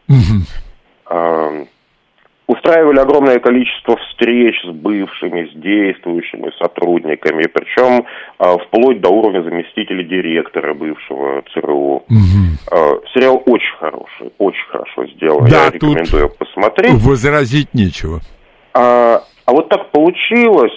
S4: Устраивали огромное количество встреч с бывшими, с действующими сотрудниками, причем вплоть до уровня заместителя директора бывшего ЦРУ. Сериал очень хороший, очень хорошо сделан.
S3: Да,
S4: я рекомендую посмотреть.
S3: Возразить нечего.
S4: А вот так получилось,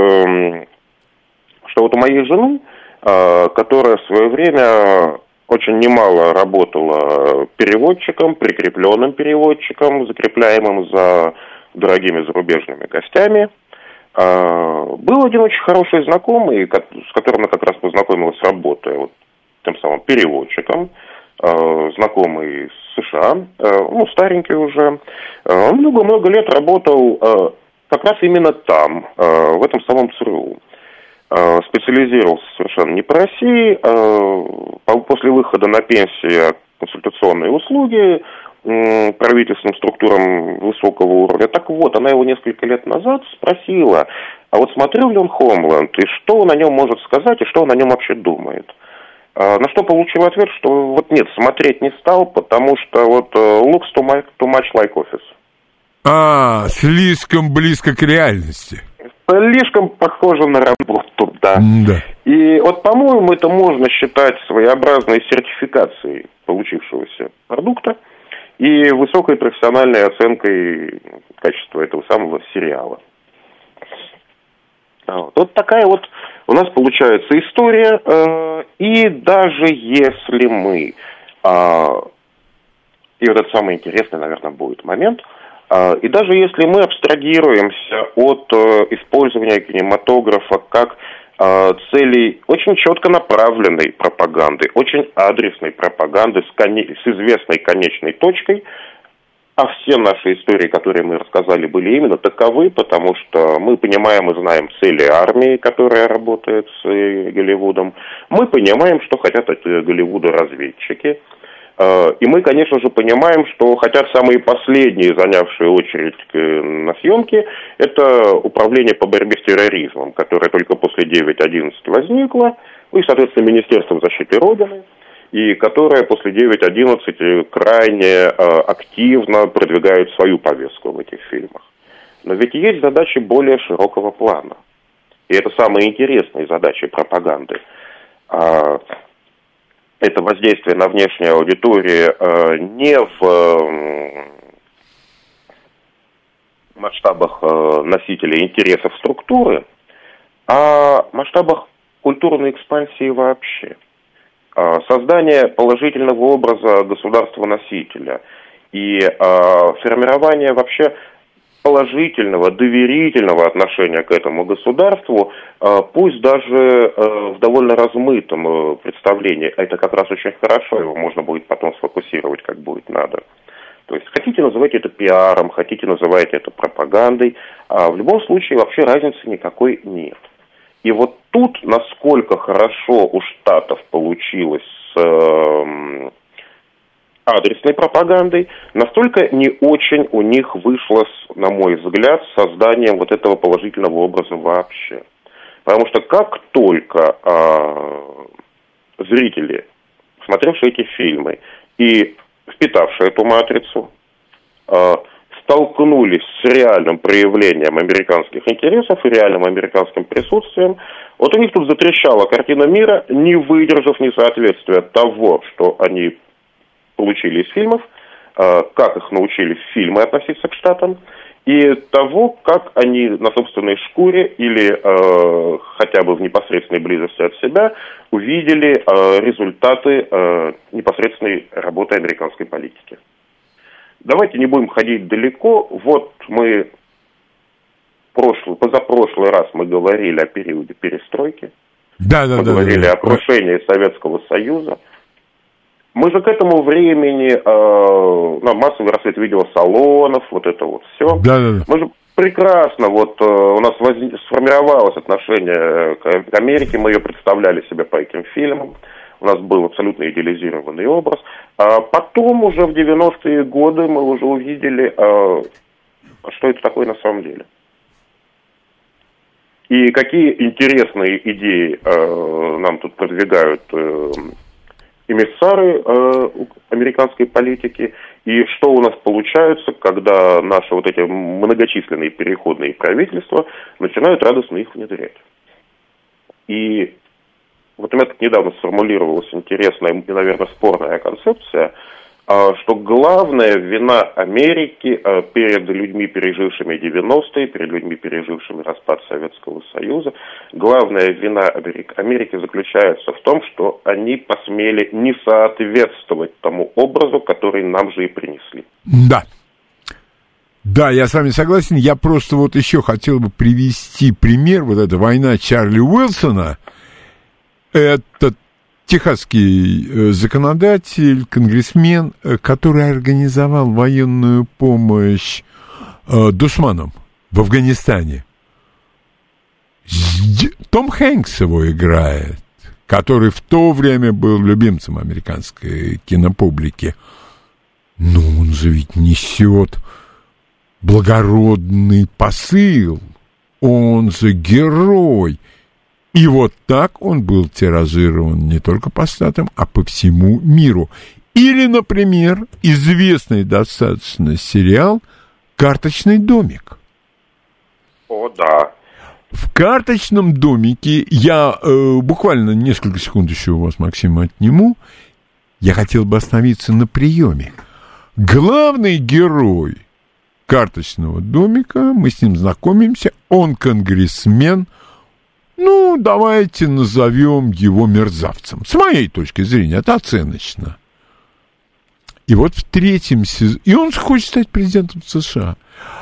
S4: что вот у моей жены, которая в свое время очень немало работала переводчиком, прикрепленным переводчиком, закрепляемым за дорогими зарубежными гостями, был один очень хороший знакомый, с которым я как раз познакомилась, работая вот тем самым переводчиком, знакомый из США, ну, старенький уже. Он много-много лет работал как раз именно там, в этом самом ЦРУ. Специализировался совершенно не по России. После выхода на пенсию консультационные услуги правительственным структурам высокого уровня. Так вот, она его несколько лет назад спросила, а вот смотрел ли он «Homeland», и что он о нем может сказать, и что он о нем вообще думает. На что получил ответ, что вот нет, смотреть не стал, потому что вот looks too much like Office.
S3: Слишком близко к реальности.
S4: Слишком похоже на работу, да. И вот, по-моему, это можно считать своеобразной сертификацией получившегося продукта и высокой профессиональной оценкой качества этого самого сериала. Вот такая вот у нас получается история. И даже если мы, и вот это самый интересный, наверное, будет момент, и даже если мы абстрагируемся от использования кинематографа как целей очень четко направленной пропаганды, очень адресной пропаганды с известной конечной точкой, а все наши истории, которые мы рассказали, были именно таковы, потому что мы понимаем и знаем цели армии, которая работает с Голливудом, мы понимаем, что хотят от Голливуда разведчики. И мы, конечно же, понимаем, что хотят самые последние, занявшие очередь на съемки, это управление по борьбе с терроризмом, которое только после 9/11 возникло, и, соответственно, Министерство защиты Родины, и которое после 9/11 крайне активно продвигает свою повестку в этих фильмах. Но ведь есть задачи более широкого плана. И это самые интересные задачи пропаганды. Это воздействие на внешнюю аудиторию не в масштабах носителей интересов структуры, а в масштабах культурной экспансии вообще. Создание положительного образа государства-носителя И формирование вообще положительного, доверительного отношения к этому государству, пусть даже в довольно размытом представлении, это как раз очень хорошо, его можно будет потом сфокусировать, как будет надо. То есть хотите называйте это пиаром, хотите называйте это пропагандой, а в любом случае вообще разницы никакой нет. И вот тут, насколько хорошо у Штатов получилось с адресной пропагандой, настолько не очень у них вышло, на мой взгляд, с созданием вот этого положительного образа вообще. Потому что как только зрители, смотревшие эти фильмы и впитавшие эту матрицу, столкнулись с реальным проявлением американских интересов и реальным американским присутствием, вот у них тут затрещала картина мира, не выдержав несоответствия того, что они получили из фильмов, как их научили фильмы относиться к Штатам, и того, как они на собственной шкуре или хотя бы в непосредственной близости от себя увидели результаты непосредственной работы американской политики. Давайте не будем ходить далеко. Вот мы позапрошлый раз мы говорили о периоде перестройки. Мы говорили о крушении Советского Союза. Мы же к этому времени массовый расцвет видеосалонов, вот это вот все. Мы же прекрасно, вот у нас сформировалось отношение к Америке, мы ее представляли себе по этим фильмам. У нас был абсолютно идеализированный образ. А потом уже в 90-е годы мы уже увидели, что это такое на самом деле. И какие интересные идеи нам тут продвигают эмиссары американской политики, и что у нас получается, когда наши вот эти многочисленные переходные правительства начинают радостно их внедрять. И вот у меня тут недавно сформулировалась интересная и, наверное, спорная концепция, что главная вина Америки перед людьми, пережившими 90-е, перед людьми, пережившими распад Советского Союза, главная вина Америки заключается в том, что они посмели не соответствовать тому образу, который нам же и принесли.
S3: Да, я с вами согласен. Я просто вот еще хотел бы привести пример. Вот эта война Чарли Уилсона. Это техасский законодатель, конгрессмен, который организовал военную помощь душманам в Афганистане. Том Хэнкс его играет, который в то время был любимцем американской кинопублики. Но он же ведь несет благородный посыл. Он же герой. И вот так он был тиражирован не только по Штатам, а по всему миру. Или, например, известный достаточно сериал «Карточный домик».
S4: О, да.
S3: В «Карточном домике» я буквально несколько секунд еще у вас, Максим, отниму. Я хотел бы остановиться на приеме. Главный герой «Карточного домика», мы с ним знакомимся, он конгрессмен. Ну, давайте назовем его мерзавцем. С моей точки зрения, это оценочно. И вот в третьем сезоне... И он хочет стать президентом США.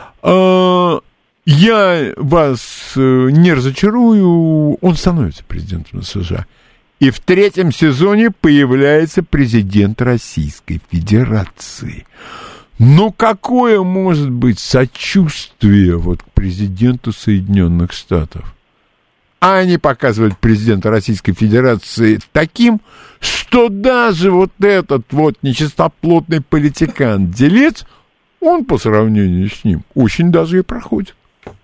S3: Я вас не разочарую, он становится президентом США. И в третьем сезоне появляется президент Российской Федерации. Ну, какое может быть сочувствие вот к президенту Соединенных Штатов? А они показывают президента Российской Федерации таким, что даже вот этот вот нечистоплотный политикан-делец, он по сравнению с ним очень даже и проходит.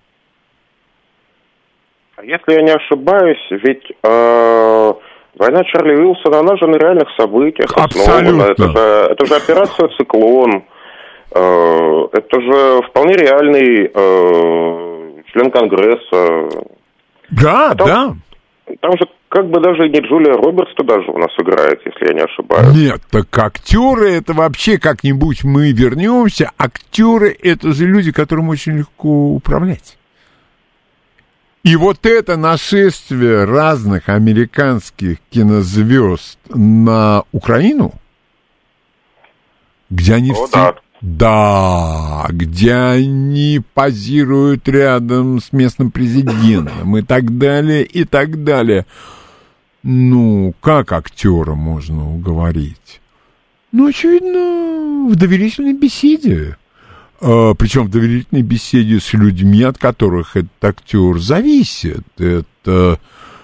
S4: Если я не ошибаюсь, ведь война Чарли Уилсона, она же на реальных событиях основана. Это же операция «Циклон». Это же вполне реальный член Конгресса.
S3: Да, да.
S4: Там же как бы даже не Джулия Робертс-то даже у нас играет, если я не ошибаюсь.
S3: Нет, так актеры, это вообще как-нибудь мы вернемся. Актеры — это же люди, которым очень легко управлять. И вот это нашествие разных американских кинозвезд на Украину, где они Да, где они позируют рядом с местным президентом и так далее, и так далее. Ну, как актера можно уговорить? Ну, очевидно, в доверительной беседе. Причем в доверительной беседе с людьми, от которых этот актер зависит. Это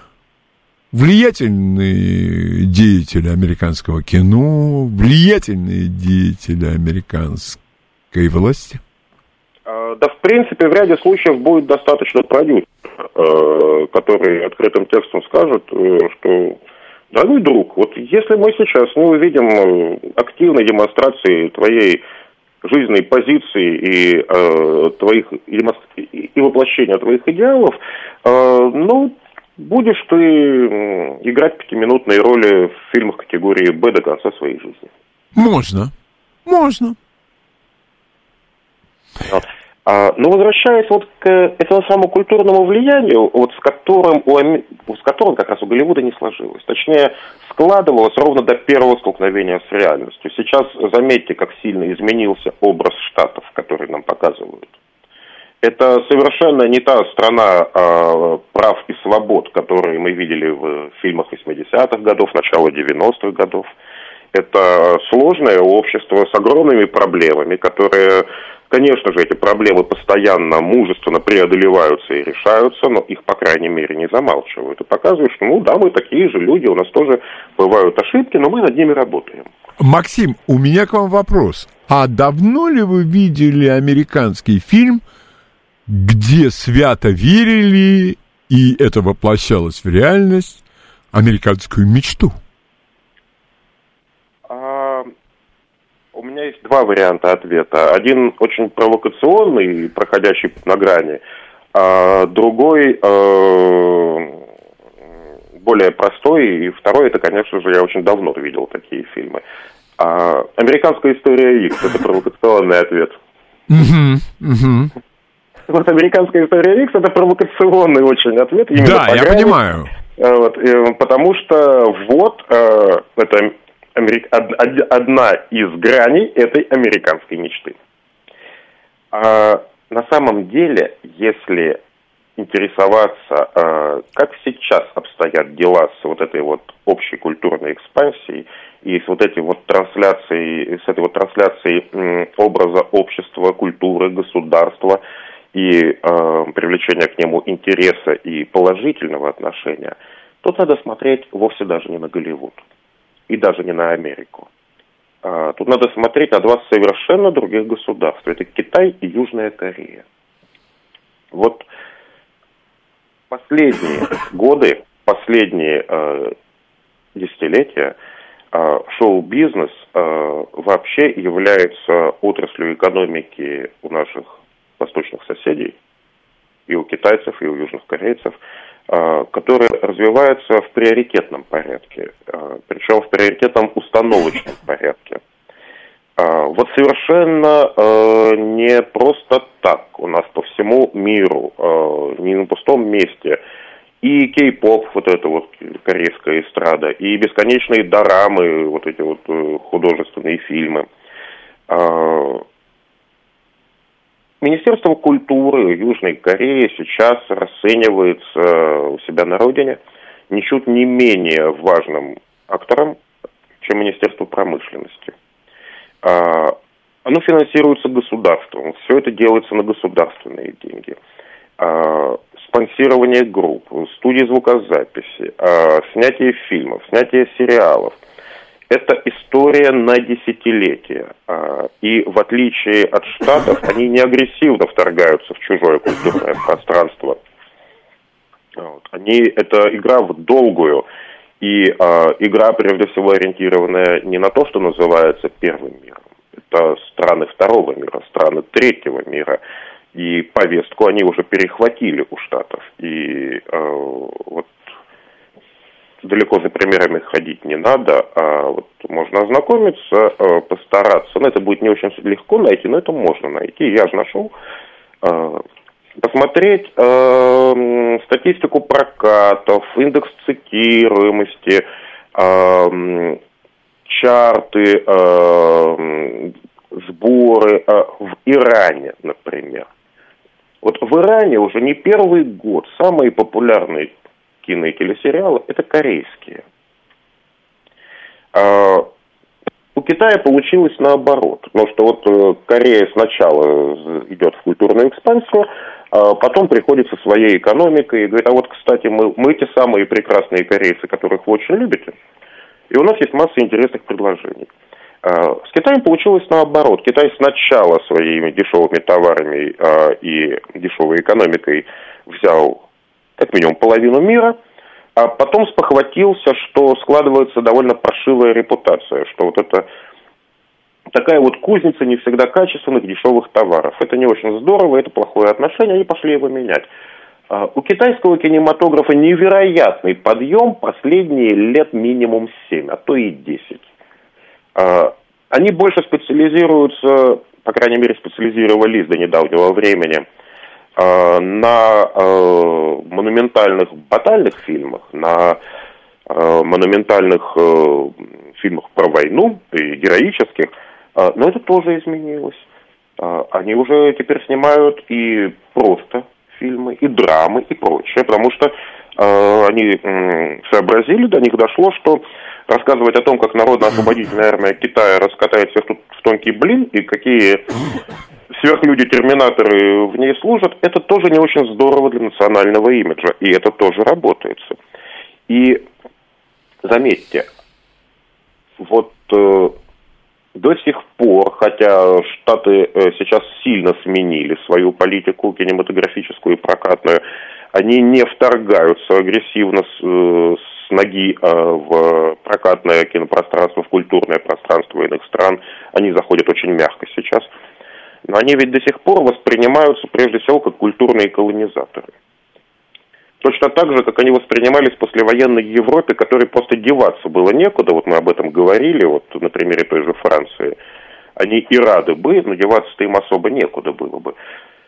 S3: влиятельные деятели американского кино, влиятельные деятели американской власти.
S4: Да, в принципе, в ряде случаев будет достаточно продюсера, который открытым текстом скажет, что, дорогой друг, вот если мы сейчас не увидим активной демонстрации твоей жизненной позиции и воплощения твоих идеалов, ну, будешь ты играть 5-минутные роли в фильмах категории «Б» до конца своей жизни.
S3: Можно.
S4: Но возвращаясь вот к этому самому культурному влиянию, вот с которым как раз у Голливуда не сложилось. Точнее, складывалось ровно до первого столкновения с реальностью. Сейчас заметьте, как сильно изменился образ Штатов, который нам показывают. Это совершенно не та страна прав и свобод, которые мы видели в фильмах 80-х годов, начала 90-х годов. Это сложное общество с огромными проблемами, которые, конечно же, эти проблемы постоянно, мужественно преодолеваются и решаются, но их, по крайней мере, не замалчивают. И показывают, что, ну да, мы такие же люди, у нас тоже бывают ошибки, но мы над ними работаем.
S3: Максим, у меня к вам вопрос. А давно ли вы видели американский фильм, где свято верили, и это воплощалось в реальность, американскую мечту?
S4: У меня есть два варианта ответа. Один очень провокационный, проходящий на грани, а другой более простой. И второй, это, конечно же, я очень давно видел такие фильмы. «Американская история Икс» — это провокационный ответ. Вот «Американская история Икс» — это провокационный очень ответ.
S3: Да, я понимаю.
S4: Вот, потому что вот это одна из граней этой американской мечты. На самом деле, если интересоваться, как сейчас обстоят дела с вот этой вот общей культурной экспансией и с вот этим вот трансляцией, с этой вот трансляцией образа общества, культуры, государства и привлечения к нему интереса и положительного отношения, тут надо смотреть вовсе даже не на Голливуд и даже не на Америку. Тут надо смотреть на два совершенно других государства. Это Китай и Южная Корея. Вот последние годы, последние десятилетия шоу-бизнес вообще является отраслью экономики у наших восточных соседей, и у китайцев, и у южных корейцев, которые развиваются в приоритетном порядке, причем в приоритетном установочном порядке. Вот совершенно не просто так у нас по всему миру, не на пустом месте, и кей-поп, вот эта вот корейская эстрада, и бесконечные дорамы, вот эти вот художественные фильмы. Министерство культуры Южной Кореи сейчас расценивается у себя на родине ничуть не менее важным актором, чем Министерство промышленности. Оно финансируется государством, все это делается на государственные деньги. Спонсирование групп, студии звукозаписи, снятие фильмов, снятие сериалов. Это история на десятилетия. И в отличие от Штатов, они не агрессивно вторгаются в чужое культурное пространство. Это игра в долгую. И игра, прежде всего, ориентированная не на то, что называется первым миром. Это страны второго мира, страны третьего мира. И повестку они уже перехватили у Штатов. И вот далеко за примерами ходить не надо, а вот можно ознакомиться, постараться. Но это будет не очень легко найти, но это можно найти. Я же нашел. Посмотреть статистику прокатов, индекс цитируемости, чарты, сборы в Иране, например. Вот в Иране уже не первый год самые популярные кино и телесериалы – это корейские. У Китая получилось наоборот, потому что вот Корея сначала идет в культурную экспансию, а потом приходит со своей экономикой и говорит, а вот, кстати, мы те самые прекрасные корейцы, которых вы очень любите, и у нас есть масса интересных предложений. С Китаем получилось наоборот. Китай сначала своими дешевыми товарами и дешевой экономикой взял как минимум половину мира, а потом спохватился, что складывается довольно паршивая репутация, что вот это такая вот кузница не всегда качественных дешевых товаров. Это не очень здорово, это плохое отношение, они пошли его менять. У китайского кинематографа невероятный подъем последние лет минимум 7, а то и 10. Они больше специализируются, по крайней мере, специализировались до недавнего времени, на монументальных батальных фильмах, на монументальных фильмах про войну и героических, но это тоже изменилось. Они уже теперь снимают и просто фильмы, и драмы, и прочее, потому что они сообразили, до них дошло, что рассказывать о том, как Народно-освободительная армия Китая раскатает всех тут в тонкий блин, и какие сверхлюди-терминаторы в ней служат, это тоже не очень здорово для национального имиджа, и это тоже работается. И заметьте, вот до сих пор, хотя Штаты сейчас сильно сменили свою политику кинематографическую и прокатную, они не вторгаются агрессивно с ноги в прокатное кинопространство, в культурное пространство иных стран. Они заходят очень мягко сейчас. Но они ведь до сих пор воспринимаются прежде всего как культурные колонизаторы. Точно так же, как они воспринимались в послевоенной Европе, которой просто деваться было некуда. Вот мы об этом говорили, вот на примере той же Франции. Они и рады бы, но деваться-то им особо некуда было бы.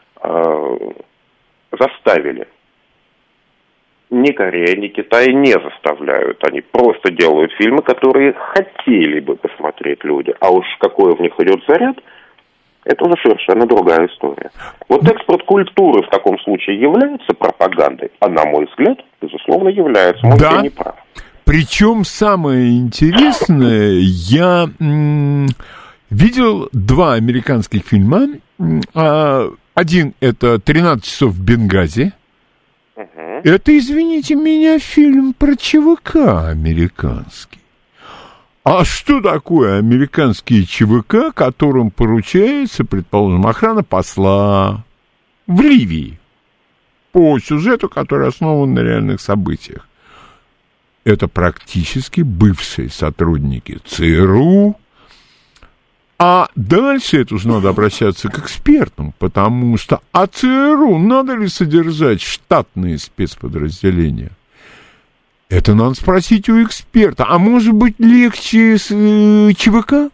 S4: Заставили. Ни Корея, ни Китай не заставляют. Они просто делают фильмы, которые хотели бы посмотреть люди. А уж какой в них идет заряд, это уже совершенно другая история. Вот экспорт культуры в таком случае является пропагандой, а на мой взгляд, безусловно, является. Может, я не прав.
S3: Причем самое интересное, я видел 2 американских фильма. Один — это «13 часов в Бенгази». Это, извините меня, фильм про ЧВК американский. А что такое американские ЧВК, которым поручается, предположим, охрана посла в Ливии по сюжету, который основан на реальных событиях? Это практически бывшие сотрудники ЦРУ. А дальше это уже надо обращаться к экспертам, потому что ЦРУ надо ли содержать штатные спецподразделения? Это надо спросить у эксперта. А может быть, легче с ЧВК?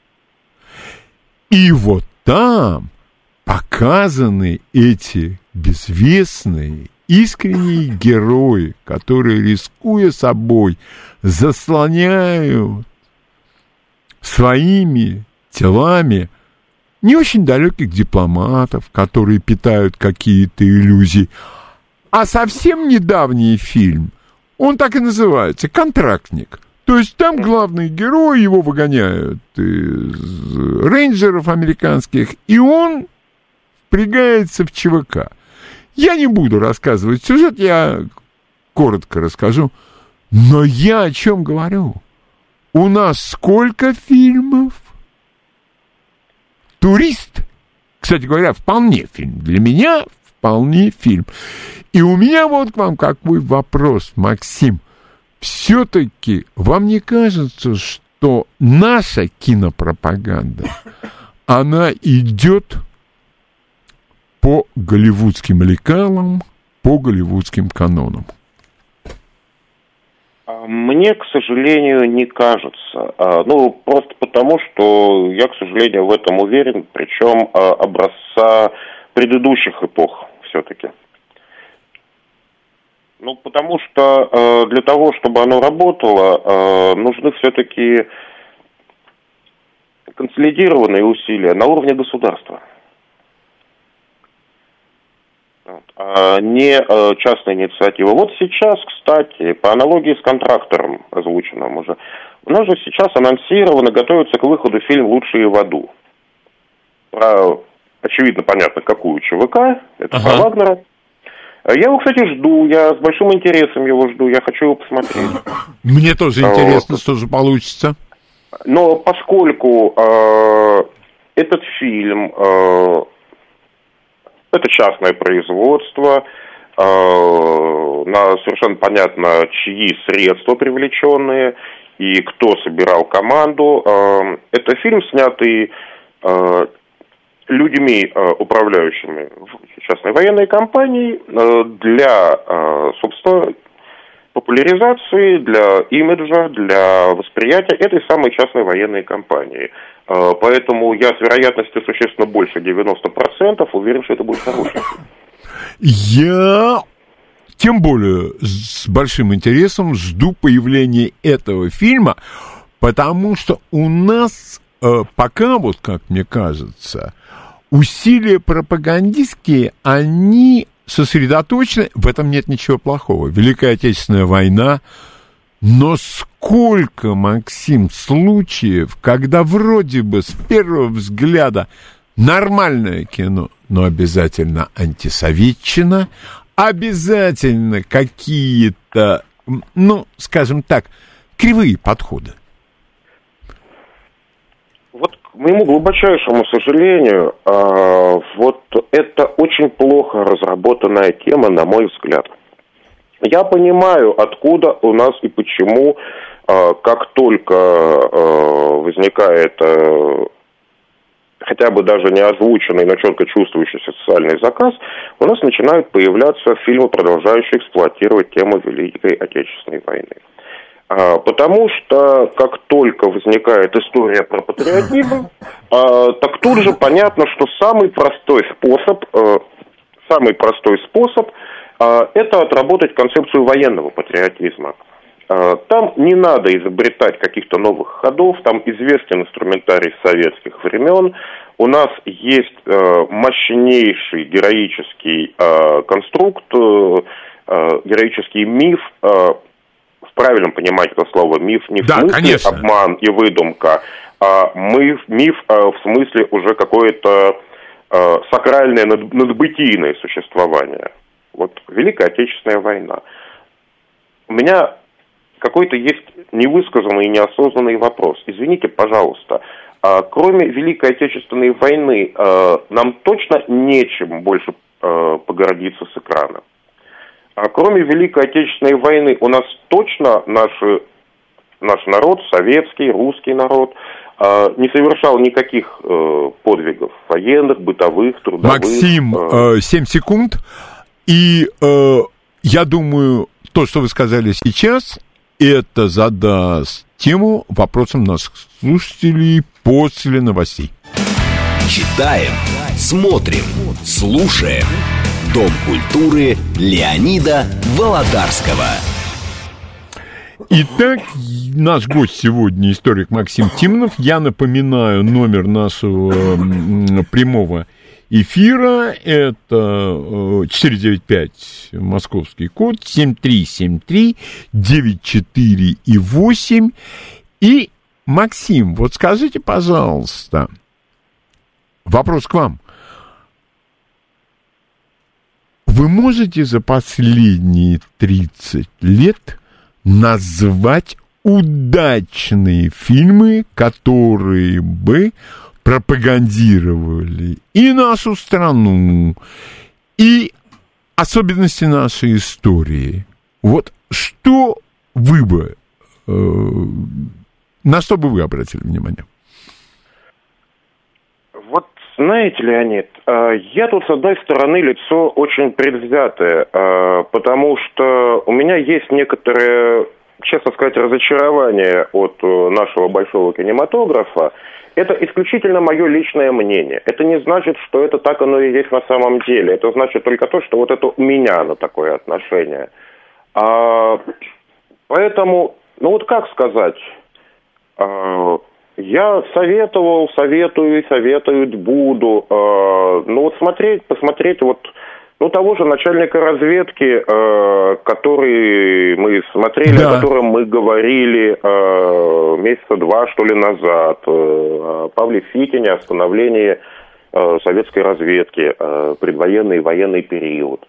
S3: И вот там показаны эти безвестные, искренние герои, которые, рискуя собой, заслоняют своими телами не очень далеких дипломатов, которые питают какие-то иллюзии. А совсем недавний фильм, он так и называется, «Контрактник». То есть там главный герой, его выгоняют из рейнджеров американских, и он впрягается в ЧВК. Я не буду рассказывать сюжет, я коротко расскажу. Но я о чем говорю? У нас сколько фильмов? «Турист», кстати говоря, вполне фильм. Для меня вполне фильм. И у меня вот к вам какой вопрос, Максим. Все-таки вам не кажется, что наша кинопропаганда, она идет по голливудским лекалам, по голливудским канонам?
S4: Мне, к сожалению, не кажется. Ну, просто потому, что я, к сожалению, в этом уверен, причем образца предыдущих эпох все-таки. Ну, потому что для того, чтобы оно работало, нужны все-таки консолидированные усилия на уровне государства. А не частная инициатива. Вот сейчас, кстати, по аналогии с контрактором, озвученным уже, у нас же сейчас анонсировано, готовится к выходу фильм «Лучшие в аду». Про, очевидно, понятно, какую ЧВК, это про Вагнера. Я его, кстати, жду, я с большим интересом его жду, я хочу его посмотреть.
S3: Мне тоже интересно, что же получится.
S4: Но поскольку этот фильм... это частное производство, совершенно понятно, чьи средства привлеченные и кто собирал команду. Это фильм, снятый людьми, управляющими частной военной компанией, для, собственно, популяризации, для имиджа, для восприятия этой самой частной военной компании. Поэтому я с вероятностью существенно больше 90% уверен, что это будет хороший фильм.
S3: Я тем более с большим интересом жду появления этого фильма, потому что у нас пока, вот как мне кажется, усилия пропагандистские, они сосредоточены, в этом нет ничего плохого. Великая Отечественная война, но сколько, Максим, случаев, когда вроде бы с первого взгляда нормальное кино, но обязательно антисоветчина, обязательно какие-то, ну, скажем так, кривые подходы.
S4: Вот к моему глубочайшему сожалению, вот это очень плохо разработанная тема, на мой взгляд. Я понимаю, откуда у нас и почему, как только возникает хотя бы даже не озвученный, но четко чувствующийся социальный заказ, у нас начинают появляться фильмы, продолжающие эксплуатировать тему Великой Отечественной войны. Потому что как только возникает история про патриотизм, так тут же понятно, что самый простой способ это отработать концепцию военного патриотизма. Там не надо изобретать каких-то новых ходов, там известен инструментарий советских времен. У нас есть мощнейший героический конструкт, героический миф, в правильном понимании этого слова, миф не в смысле конечно. Обман и выдумка, а миф в смысле уже какое-то сакральное надбытийное существование. Вот Великая Отечественная война. У меня какой-то есть невысказанный и неосознанный вопрос. Извините, пожалуйста, кроме Великой Отечественной войны, нам точно нечем больше погордиться с экрана? Кроме Великой Отечественной войны, у нас точно наш народ, советский, русский народ, не совершал никаких подвигов военных, бытовых, трудовых.
S3: Максим, 7 секунд. И я думаю, то, что вы сказали сейчас, это задаст тему вопросам наших слушателей после новостей.
S2: Читаем, смотрим, слушаем. Дом культуры Леонида Володарского.
S3: Итак, наш гость сегодня историк Максим Тимонов. Я напоминаю номер нашего прямого эфира. Это 495 московский код, 7373-94,8. И, Максим, вот скажите, пожалуйста, вопрос к вам. Вы можете за последние 30 лет назвать удачные фильмы, которые бы пропагандировали и нашу страну, и особенности нашей истории? Вот что вы бы, на что бы вы обратили внимание?
S4: Вот знаете, Леонид, я тут, с одной стороны, лицо очень предвзятое, потому что у меня есть некоторое, честно сказать, разочарование от нашего большого кинематографа. Это исключительно мое личное мнение. Это не значит, что это так оно и есть на самом деле. Это значит только то, что вот это у меня на такое отношение. Поэтому, ну вот как сказать, Я советую и советовать буду. Ну вот посмотреть вот, ну, того же начальника разведки, который мы смотрели,
S3: да.
S4: о котором мы говорили месяца 2, что ли, назад, о Павле Фитине, о становлении советской разведки, предвоенный и военный период.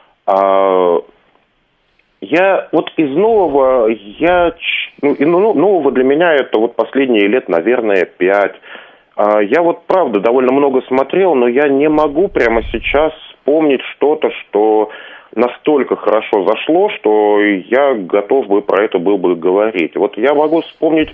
S4: Я вот из нового, нового для меня это вот последние лет, наверное, 5. Я вот, правда, довольно много смотрел, но я не могу прямо сейчас вспомнить что-то, что настолько хорошо зашло, что я готов бы про это был бы говорить. Вот я могу вспомнить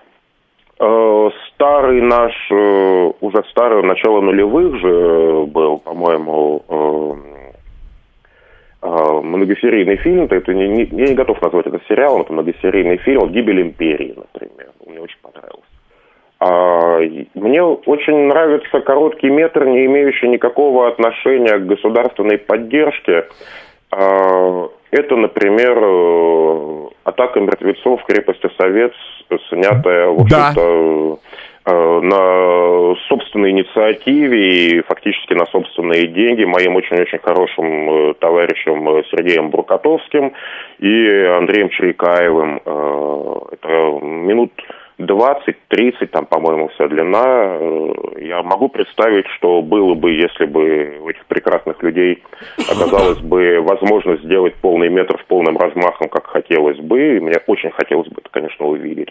S4: старый наш, уже старый, начало нулевых же был, по-моему, многосерийный фильм, это я не готов назвать это сериалом, это многосерийный фильм «Гибель империи», например. Мне очень понравился. Мне очень нравится короткий метр, не имеющий никакого отношения к государственной поддержке. Это, например, «Атака мертвецов в крепости Совет», снятая, в общем-то, на собственной инициативе и фактически на собственные деньги моим очень-очень хорошим товарищем Сергеем Буркотовским и Андреем Чирикаевым. Это минут 20-30, там, по-моему, вся длина. Я могу представить, что было бы, если бы у этих прекрасных людей оказалась бы возможность сделать полный метр с полным размахом, как хотелось бы. И мне очень хотелось бы это, конечно, увидеть.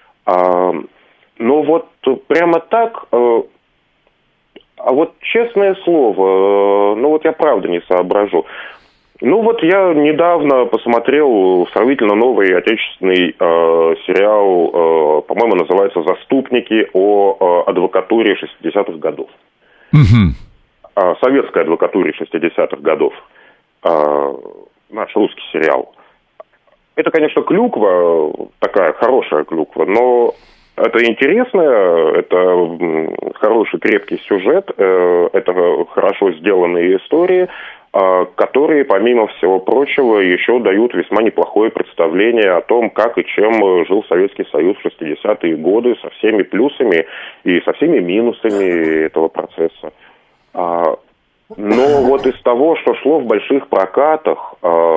S4: Но вот прямо так, а вот честное слово, ну вот я правда не соображу. Ну вот я недавно посмотрел сравнительно новый отечественный сериал, по-моему, называется «Заступники», о адвокатуре 60-х годов.
S3: Угу.
S4: Советской адвокатуре 60-х годов. Наш русский сериал. Это, конечно, клюква, такая хорошая клюква, но это интересно, это хороший крепкий сюжет, это хорошо сделанные истории, которые, помимо всего прочего, еще дают весьма неплохое представление о том, как и чем жил Советский Союз в 60-е годы, со всеми плюсами и со всеми минусами этого процесса. Но вот из того, что шло в больших прокатах,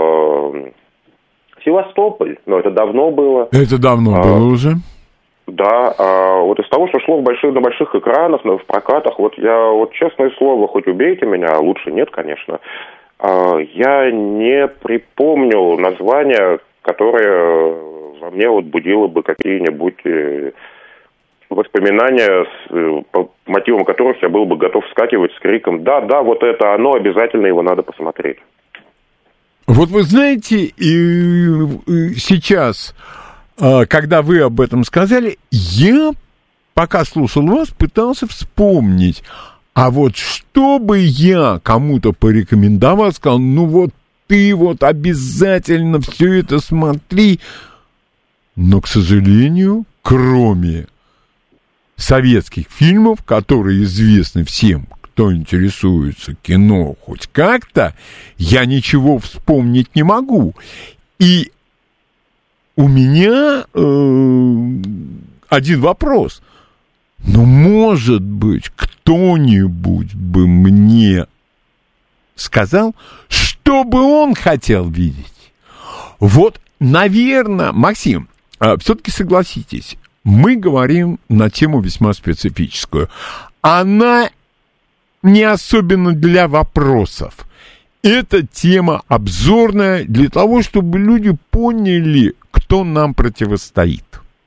S4: Севастополь, но это давно было.
S3: Это давно было уже.
S4: Да, вот из того, что шло на больших экранах, в прокатах, вот я, вот честное слово, хоть убейте меня, лучше нет, конечно, я не припомню название, которое во мне вот будило бы какие-нибудь воспоминания, по мотивам которых я был бы готов вскакивать с криком «Да, вот это оно, обязательно его надо посмотреть».
S3: Вот вы знаете, сейчас, когда вы об этом сказали, я, пока слушал вас, пытался вспомнить, а вот что бы я кому-то порекомендовал, сказал, ну вот ты вот обязательно все это смотри, но, к сожалению, кроме советских фильмов, которые известны всем, кто интересуется кино хоть как-то, я ничего вспомнить не могу. И у меня один вопрос. Ну, может быть, кто-нибудь бы мне сказал, что бы он хотел видеть? Вот, наверное, Максим, все-таки согласитесь, мы говорим на тему весьма специфическую. Она не особенно для вопросов. Это тема обзорная для того, чтобы люди поняли, кто нам противостоит.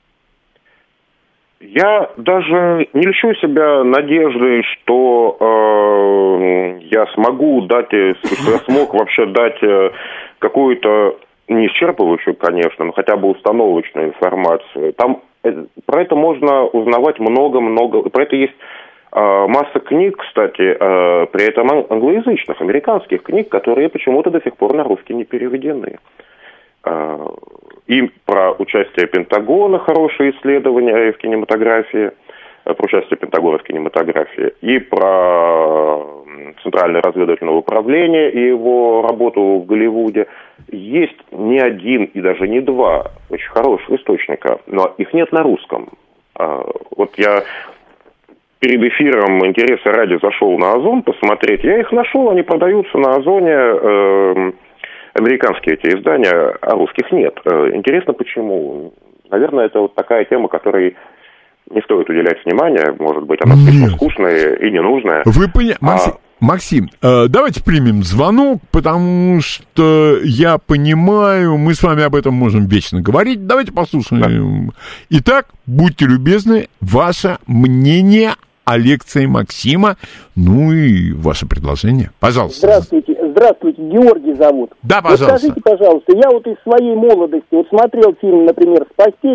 S4: Я даже не льщу себя надеждой, что я смогу дать, что я смог вообще дать какую-то, не исчерпывающую, конечно, но хотя бы установочную информацию. Там про это можно узнавать много-много, про это есть масса книг, кстати, при этом англоязычных, американских книг, которые почему-то до сих пор на русский не переведены. И про участие Пентагона, хорошие исследования в кинематографии, про участие Пентагона в кинематографии, и про Центральное разведывательное управление и его работу в Голливуде. Есть не один и даже не два очень хороших источника, но их нет на русском. Вот я перед эфиром «Интересы ради» зашел на Озон посмотреть. Я их нашел, они продаются на Озоне, американские эти издания, а русских нет. Интересно, почему? Наверное, это вот такая тема, которой не стоит уделять внимания. Может быть, она слишком скучная и ненужная.
S3: Вы поняли, Максим, давайте примем звонок, потому что я понимаю, мы с вами об этом можем вечно говорить. Давайте послушаем. Да. Итак, будьте любезны, ваше мнение о лекции Максима, ну и ваше предложение. Пожалуйста.
S5: Здравствуйте, Георгий зовут.
S3: Да, пожалуйста.
S5: Вот скажите, пожалуйста, я вот из своей молодости вот смотрел фильм, например, «Спасти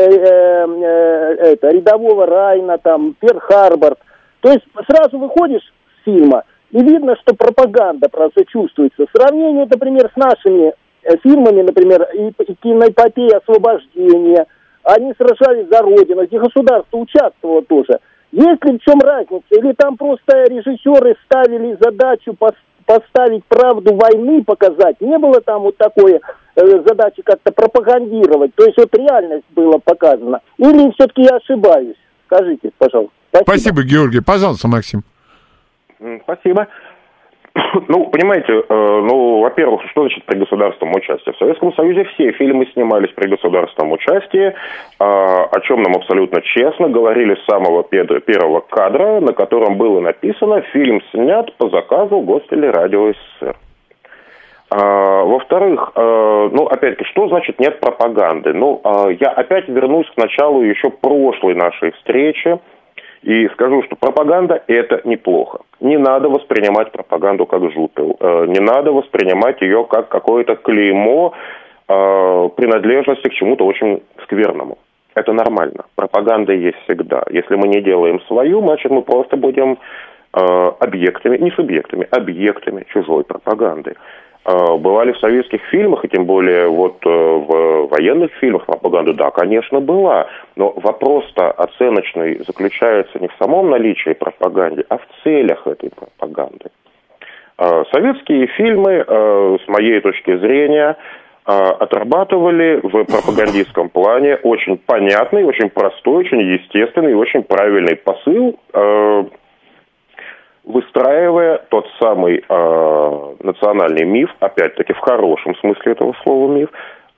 S5: рядового Райна», там, «Перл-Харбор». То есть сразу выходишь с фильма, и видно, что пропаганда просто чувствуется. Сравнение, например, с нашими фильмами, например, и киноэпопея «Освобождение», они сражались за Родину, где государство участвовало тоже. Есть ли в чем разница? Или там просто режиссеры ставили задачу поставить правду войны, показать? Не было там вот такой задачи как-то пропагандировать? То есть вот реальность была показана? Или все-таки я ошибаюсь? Скажите, пожалуйста.
S3: Спасибо, Георгий. Пожалуйста, Максим.
S4: Спасибо. Ну, понимаете, во-первых, что значит при государственном участии? В Советском Союзе все фильмы снимались при государственном участии, о чем нам абсолютно честно говорили с самого первого кадра, на котором было написано «Фильм снят по заказу Гостелерадио СССР». Во-вторых, опять-таки, что значит нет пропаганды? Я опять вернусь к началу еще прошлой нашей встречи, и скажу, что пропаганда – это неплохо. Не надо воспринимать пропаганду как жупел. Не надо воспринимать ее как какое-то клеймо принадлежности к чему-то очень скверному. Это нормально. Пропаганда есть всегда. Если мы не делаем свою, значит, мы просто будем объектами, не субъектами, объектами чужой пропаганды. Бывали в советских фильмах, и тем более вот в военных фильмах пропаганда, да, конечно, была. Но вопрос-то оценочный заключается не в самом наличии пропаганды, а в целях этой пропаганды. Советские фильмы, с моей точки зрения, отрабатывали в пропагандистском плане очень понятный, очень простой, очень естественный и очень правильный посыл, выстраивая тот самый национальный миф, опять-таки в хорошем смысле этого слова миф,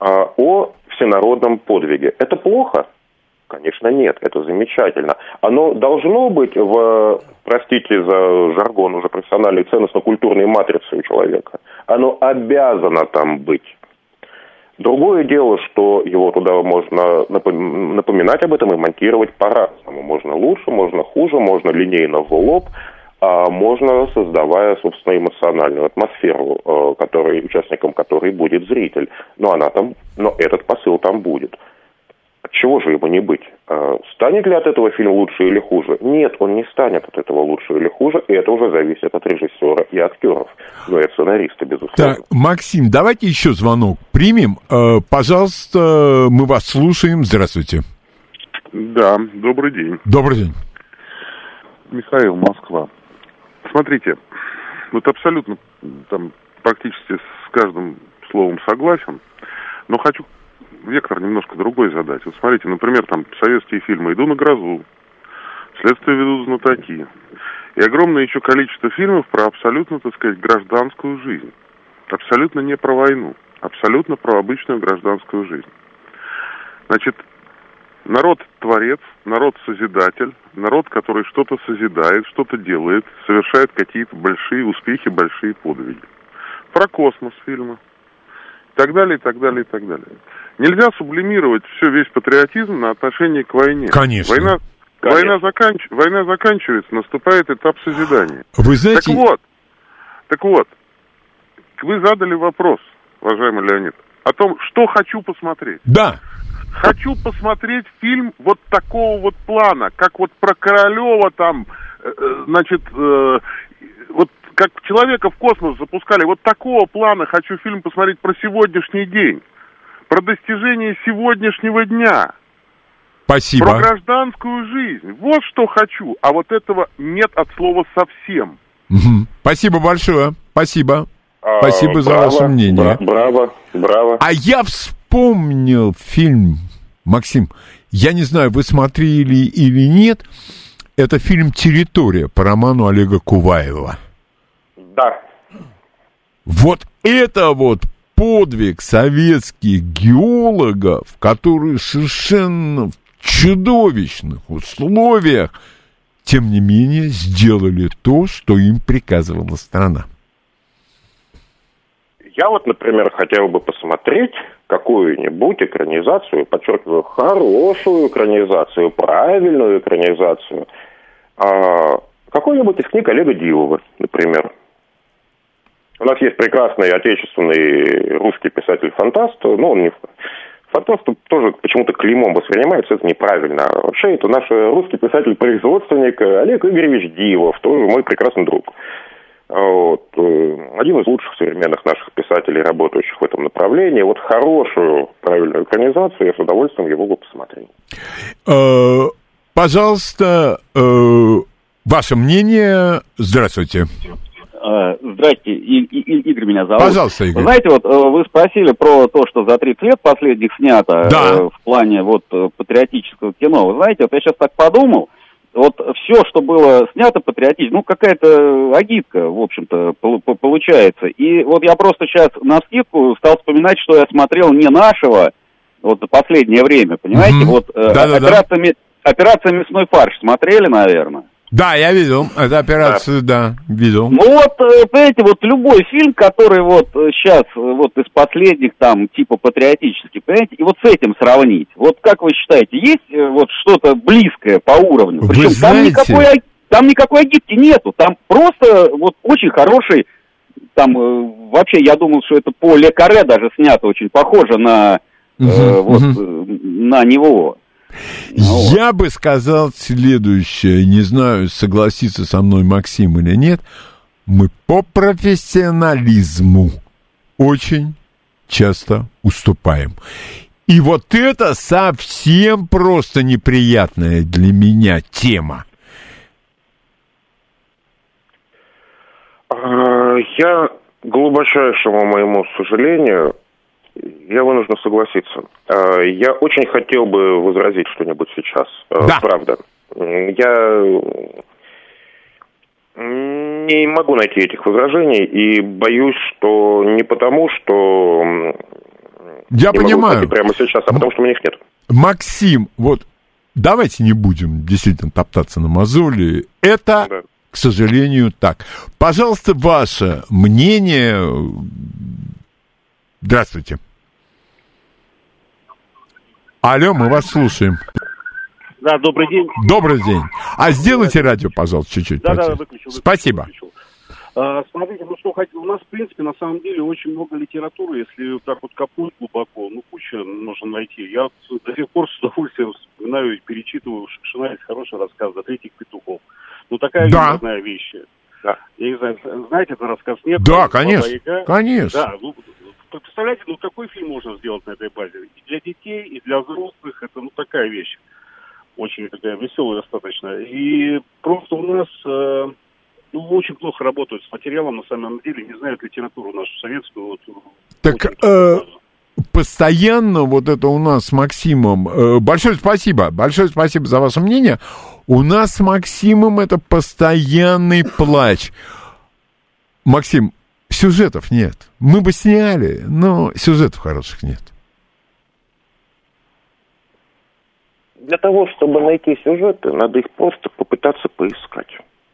S4: о всенародном подвиге. Это плохо? Конечно, нет, это замечательно. Оно должно быть простите за жаргон, уже профессиональной ценностно-культурной матрицей у человека. Оно обязано там быть. Другое дело, что его туда можно напоминать об этом и монтировать по-разному. Можно лучше, можно хуже, можно линейно в лоб, а можно создавая, собственно, эмоциональную атмосферу, участником которой будет зритель. Но этот посыл там будет. Отчего же ему не быть? Станет ли от этого фильм лучше или хуже? Нет, он не станет от этого лучше или хуже, и это уже зависит от режиссера и актеров, но и от сценариста, безусловно.
S3: Так, Максим, давайте еще звонок примем. Пожалуйста, мы вас слушаем. Здравствуйте.
S6: Да, добрый день.
S3: Добрый день.
S6: Михаил, Москва. Смотрите, вот абсолютно там практически с каждым словом согласен, но хочу вектор немножко другой задать. Вот смотрите, например, там советские фильмы «Иду на грозу», «Следствие ведут знатоки» и огромное еще количество фильмов про абсолютно, так сказать, гражданскую жизнь. Абсолютно не про войну, абсолютно про обычную гражданскую жизнь. Значит, народ-творец, народ-созидатель, народ, который что-то созидает, что-то делает, совершает какие-то большие успехи, большие подвиги. Про космос фильмы. И так далее, и так далее, и так далее. Нельзя сублимировать весь патриотизм на отношение к войне.
S3: Конечно.
S6: Война заканчивается, наступает этап созидания.
S3: Вы знаете...
S6: Так вот, вы задали вопрос, уважаемый Леонид, о том, что хочу посмотреть.
S3: Да.
S6: Хочу посмотреть фильм вот такого вот плана, как вот про Королева там, вот как человека в космос запускали, вот такого плана хочу фильм посмотреть про сегодняшний день, про достижения сегодняшнего дня.
S3: Спасибо.
S6: Про гражданскую жизнь. Вот что хочу, а вот этого нет от слова совсем.
S3: Угу. Спасибо большое, спасибо. Спасибо за ваше мнение.
S4: Браво.
S3: А я вспомнил фильм, Максим, Я не знаю, вы смотрели или нет, это фильм «Территория» по роману Олега Куваева.
S4: Да.
S3: Вот это вот подвиг советских геологов, которые совершенно в чудовищных условиях, тем не менее, сделали то, что им приказывала страна.
S4: Я вот, например, хотел бы посмотреть какую-нибудь экранизацию, подчеркиваю, хорошую экранизацию, правильную экранизацию, какой-нибудь из книг Олега Дилова, например. У нас есть прекрасный отечественный русский писатель-фантаст, но он не фантаст, тоже почему-то клеймом воспринимается, это неправильно. Вообще, это наш русский писатель-производственник Олег Игоревич Дилов, тоже мой прекрасный друг. Вот. Один из лучших современных наших писателей, работающих в этом направлении. Вот хорошую, правильную экранизацию я с удовольствием его бы посмотрел.
S3: Пожалуйста, ваше мнение. Здравствуйте.
S7: Здрасте, Игорь меня зовут.
S3: Пожалуйста, Игорь.
S7: Вы знаете, вот вы спросили про то, что за 30 лет последних снято,
S3: да,
S7: в плане вот патриотического кино. Вы знаете, вот я сейчас так подумал, вот все, что было снято патриотично, ну, какая-то агитка, в общем-то, получается. И вот я просто сейчас навскидку стал вспоминать, что я смотрел не нашего, вот за последнее время, понимаете? Вот операция «Мясной фарш» смотрели, наверное?
S3: Да, я видел эту операцию, да, видел.
S7: Ну вот, понимаете, вот любой фильм, который вот сейчас, вот из последних там, типа патриотический, понимаете, и вот с этим сравнить. Вот как вы считаете, есть вот что-то близкое по уровню? Причем
S3: знаете...
S7: там никакой агитки нету, там просто вот очень хороший, там вообще я думал, что это по Ле Карре даже снято, очень похоже на, на него.
S3: Я бы сказал следующее, не знаю, согласится со мной Максим или нет, мы по профессионализму очень часто уступаем. И вот это совсем просто неприятная для меня тема.
S4: Я, к глубочайшему моему сожалению, я вынужден согласиться. Я очень хотел бы возразить что-нибудь сейчас.
S3: Да.
S4: Правда. Я не могу найти этих возражений и боюсь, что не потому, что
S3: я
S4: не
S3: понимаю.
S4: Могу прямо сейчас, а потому что у меня их нет.
S3: Максим, вот давайте не будем действительно топтаться на мозоли. Это, да, к сожалению, так. Пожалуйста, ваше мнение. Здравствуйте. Алло, мы вас слушаем.
S8: Да, добрый день.
S3: Добрый день. А сделайте радио, пожалуйста, чуть-чуть.
S8: Да, выключил.
S3: Спасибо.
S8: Смотрите, ну что, у нас, в принципе, на самом деле очень много литературы, если так вот копнуть глубоко, ну, куча можно найти. Я до сих пор с удовольствием вспоминаю и перечитываю Шанарис, хороший рассказ «До третьих петухов». Ну, такая верная вещь. Да. Я не знаю, знаете этот рассказ? Нет?
S3: Да, конечно, конечно.
S8: Да, ну, представляете, ну, какой фильм можно сделать на этой базе? И для детей, и для взрослых, это, ну, такая вещь. Очень такая веселая достаточно. И просто у нас... очень плохо работают с материалом, на самом деле, не знают литературу нашу советскую. Вот,
S3: так постоянно вот это у нас с Максимом... большое спасибо за ваше мнение. У нас с Максимом это постоянный плач. Максим, сюжетов нет. Мы бы сняли, но сюжетов хороших нет.
S4: Для того, чтобы найти сюжеты, надо их просто попытаться поискать.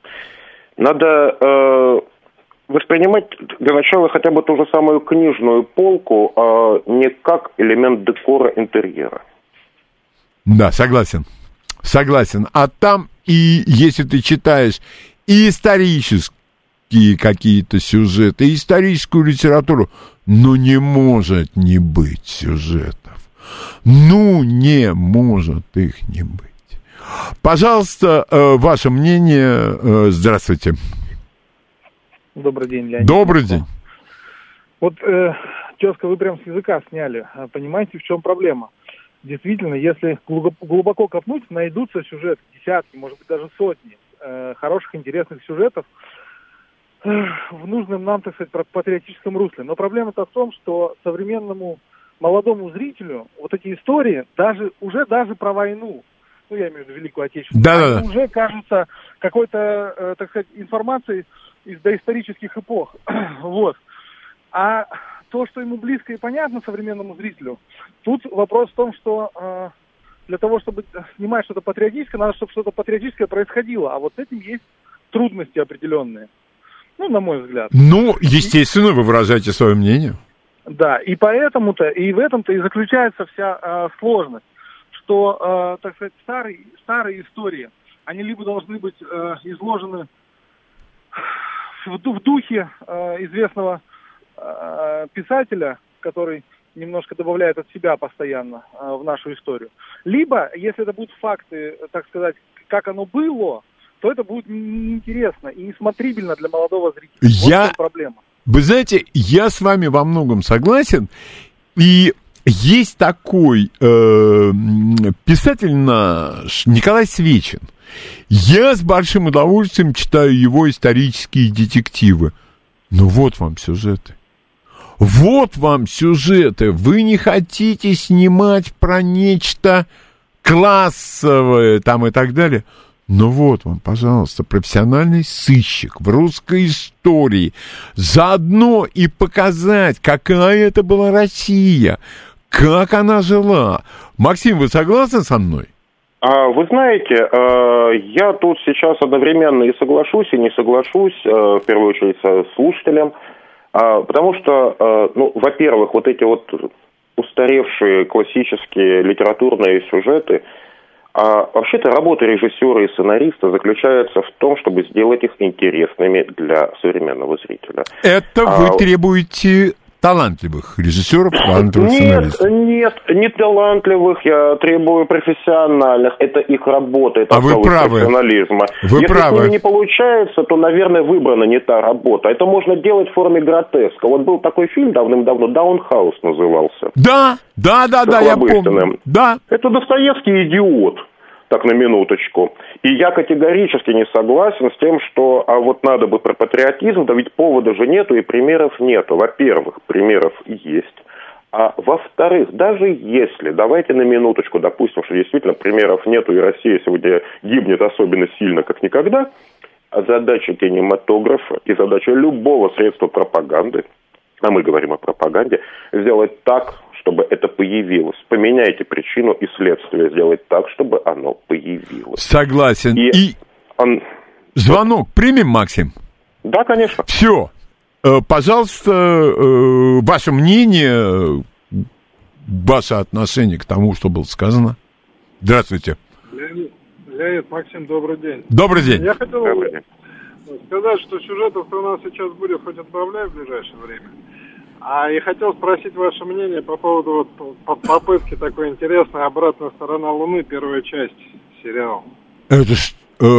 S4: Надо воспринимать для начала хотя бы ту же самую книжную полку, не как элемент декора интерьера.
S3: Да, согласен. А там, и если ты читаешь и исторические какие-то сюжеты, и историческую литературу, не может не быть сюжетов. Не может их не быть. Пожалуйста, ваше мнение. Здравствуйте.
S9: Добрый день, Леонид.
S3: Добрый день.
S9: Вот, тезка, вы прям с языка сняли. Понимаете, в чем проблема? Действительно, если глубоко копнуть, найдутся сюжеты, десятки, может быть, даже сотни хороших, интересных сюжетов в нужном нам, так сказать, патриотическом русле. Но проблема-то в том, что современному молодому зрителю вот эти истории, даже про войну, ну, я имею в виду Великую Отечественную,
S3: Да.
S9: уже кажутся какой-то, так сказать, информацией из доисторических эпох. Вот. А то, что ему близко и понятно современному зрителю, тут вопрос в том, что для того, чтобы снимать что-то патриотическое, надо, чтобы что-то патриотическое происходило. А вот с этим есть трудности определенные. Ну, на мой взгляд.
S3: Ну, естественно, вы выражаете свое мнение.
S9: Да, и поэтому-то, и в этом-то и заключается вся сложность, что, так сказать, старые истории, они либо должны быть изложены в духе известного писателя, который немножко добавляет от себя постоянно в нашу историю. Либо, если это будут факты, так сказать, как оно было, то это будет неинтересно и несмотрибельно для молодого зрителя. Вот в чем проблема.
S3: Вы знаете, я с вами во многом согласен, и есть такой писатель наш, Николай Свечин. Я с большим удовольствием читаю его исторические детективы. Ну вот вам сюжеты. Вот вам сюжеты. Вы не хотите снимать про нечто классовое там и так далее. Ну вот вам, пожалуйста, профессиональный сыщик в русской истории. Заодно и показать, какая это была Россия, как она жила. Максим, вы согласны со мной?
S4: Вы знаете, я тут сейчас одновременно и соглашусь, и не соглашусь, в первую очередь со слушателем, потому что, ну, во-первых, вот эти вот устаревшие классические литературные сюжеты, вообще-то работа режиссера и сценариста заключается в том, чтобы сделать их интересными для современного зрителя.
S3: Это вы требуете талантливых режиссеров, талантливых сценаристов?
S4: Нет, не талантливых, я требую профессиональных, это их работа, это
S3: вы правы.
S4: Профессионализма.
S3: Вы
S4: Если
S3: правы.
S4: с ними не получается, то, наверное, выбрана не та работа. Это можно делать в форме гротеска. Вот был такой фильм давным-давно, «Даунхаус» назывался.
S3: Да, я помню. Да.
S4: Это Достоевский «Идиот». Так, на минуточку. И я категорически не согласен с тем, что вот надо бы про патриотизм, да ведь повода же нету и примеров нету. Во-первых, примеров есть. А во-вторых, даже если, давайте на минуточку допустим, что действительно примеров нету и Россия сегодня гибнет особенно сильно, как никогда, задача кинематографа и задача любого средства пропаганды, а мы говорим о пропаганде, сделать так, чтобы это появилось. Поменяйте причину и следствие, сделать так, чтобы оно появилось.
S3: Согласен. Звонок примем, Максим?
S4: Да, конечно.
S3: Все. Пожалуйста, ваше мнение, ваше отношение к тому, что было сказано. Здравствуйте.
S10: Леонид, Максим, добрый день.
S3: Добрый день.
S10: Я хотел сказать, что сюжетов у нас сейчас будет хоть отбавляй в ближайшее время. И хотел спросить ваше мнение по поводу попытки такой интересной «Обратная сторона Луны», первая часть сериала.
S3: Это ж,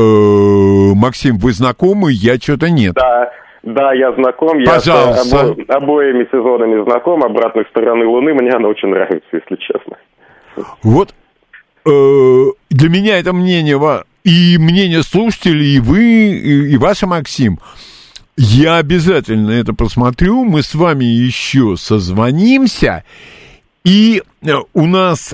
S3: Максим, вы знакомы? Я что-то нет.
S4: Да, я знаком.
S3: Пожалуйста.
S4: Я с обоими сезонами знаком. «Обратной стороны Луны» мне она очень нравится, если честно.
S3: Вот для меня это мнение и мнение слушателей, и вы, и ваше, Максим. Я обязательно это посмотрю, мы с вами еще созвонимся, и у нас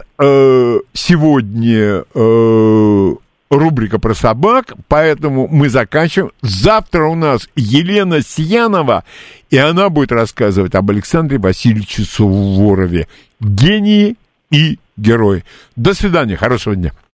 S3: сегодня рубрика про собак, поэтому мы заканчиваем. Завтра у нас Елена Сиянова, и она будет рассказывать об Александре Васильевиче Суворове, гении и герои. До свидания, хорошего дня.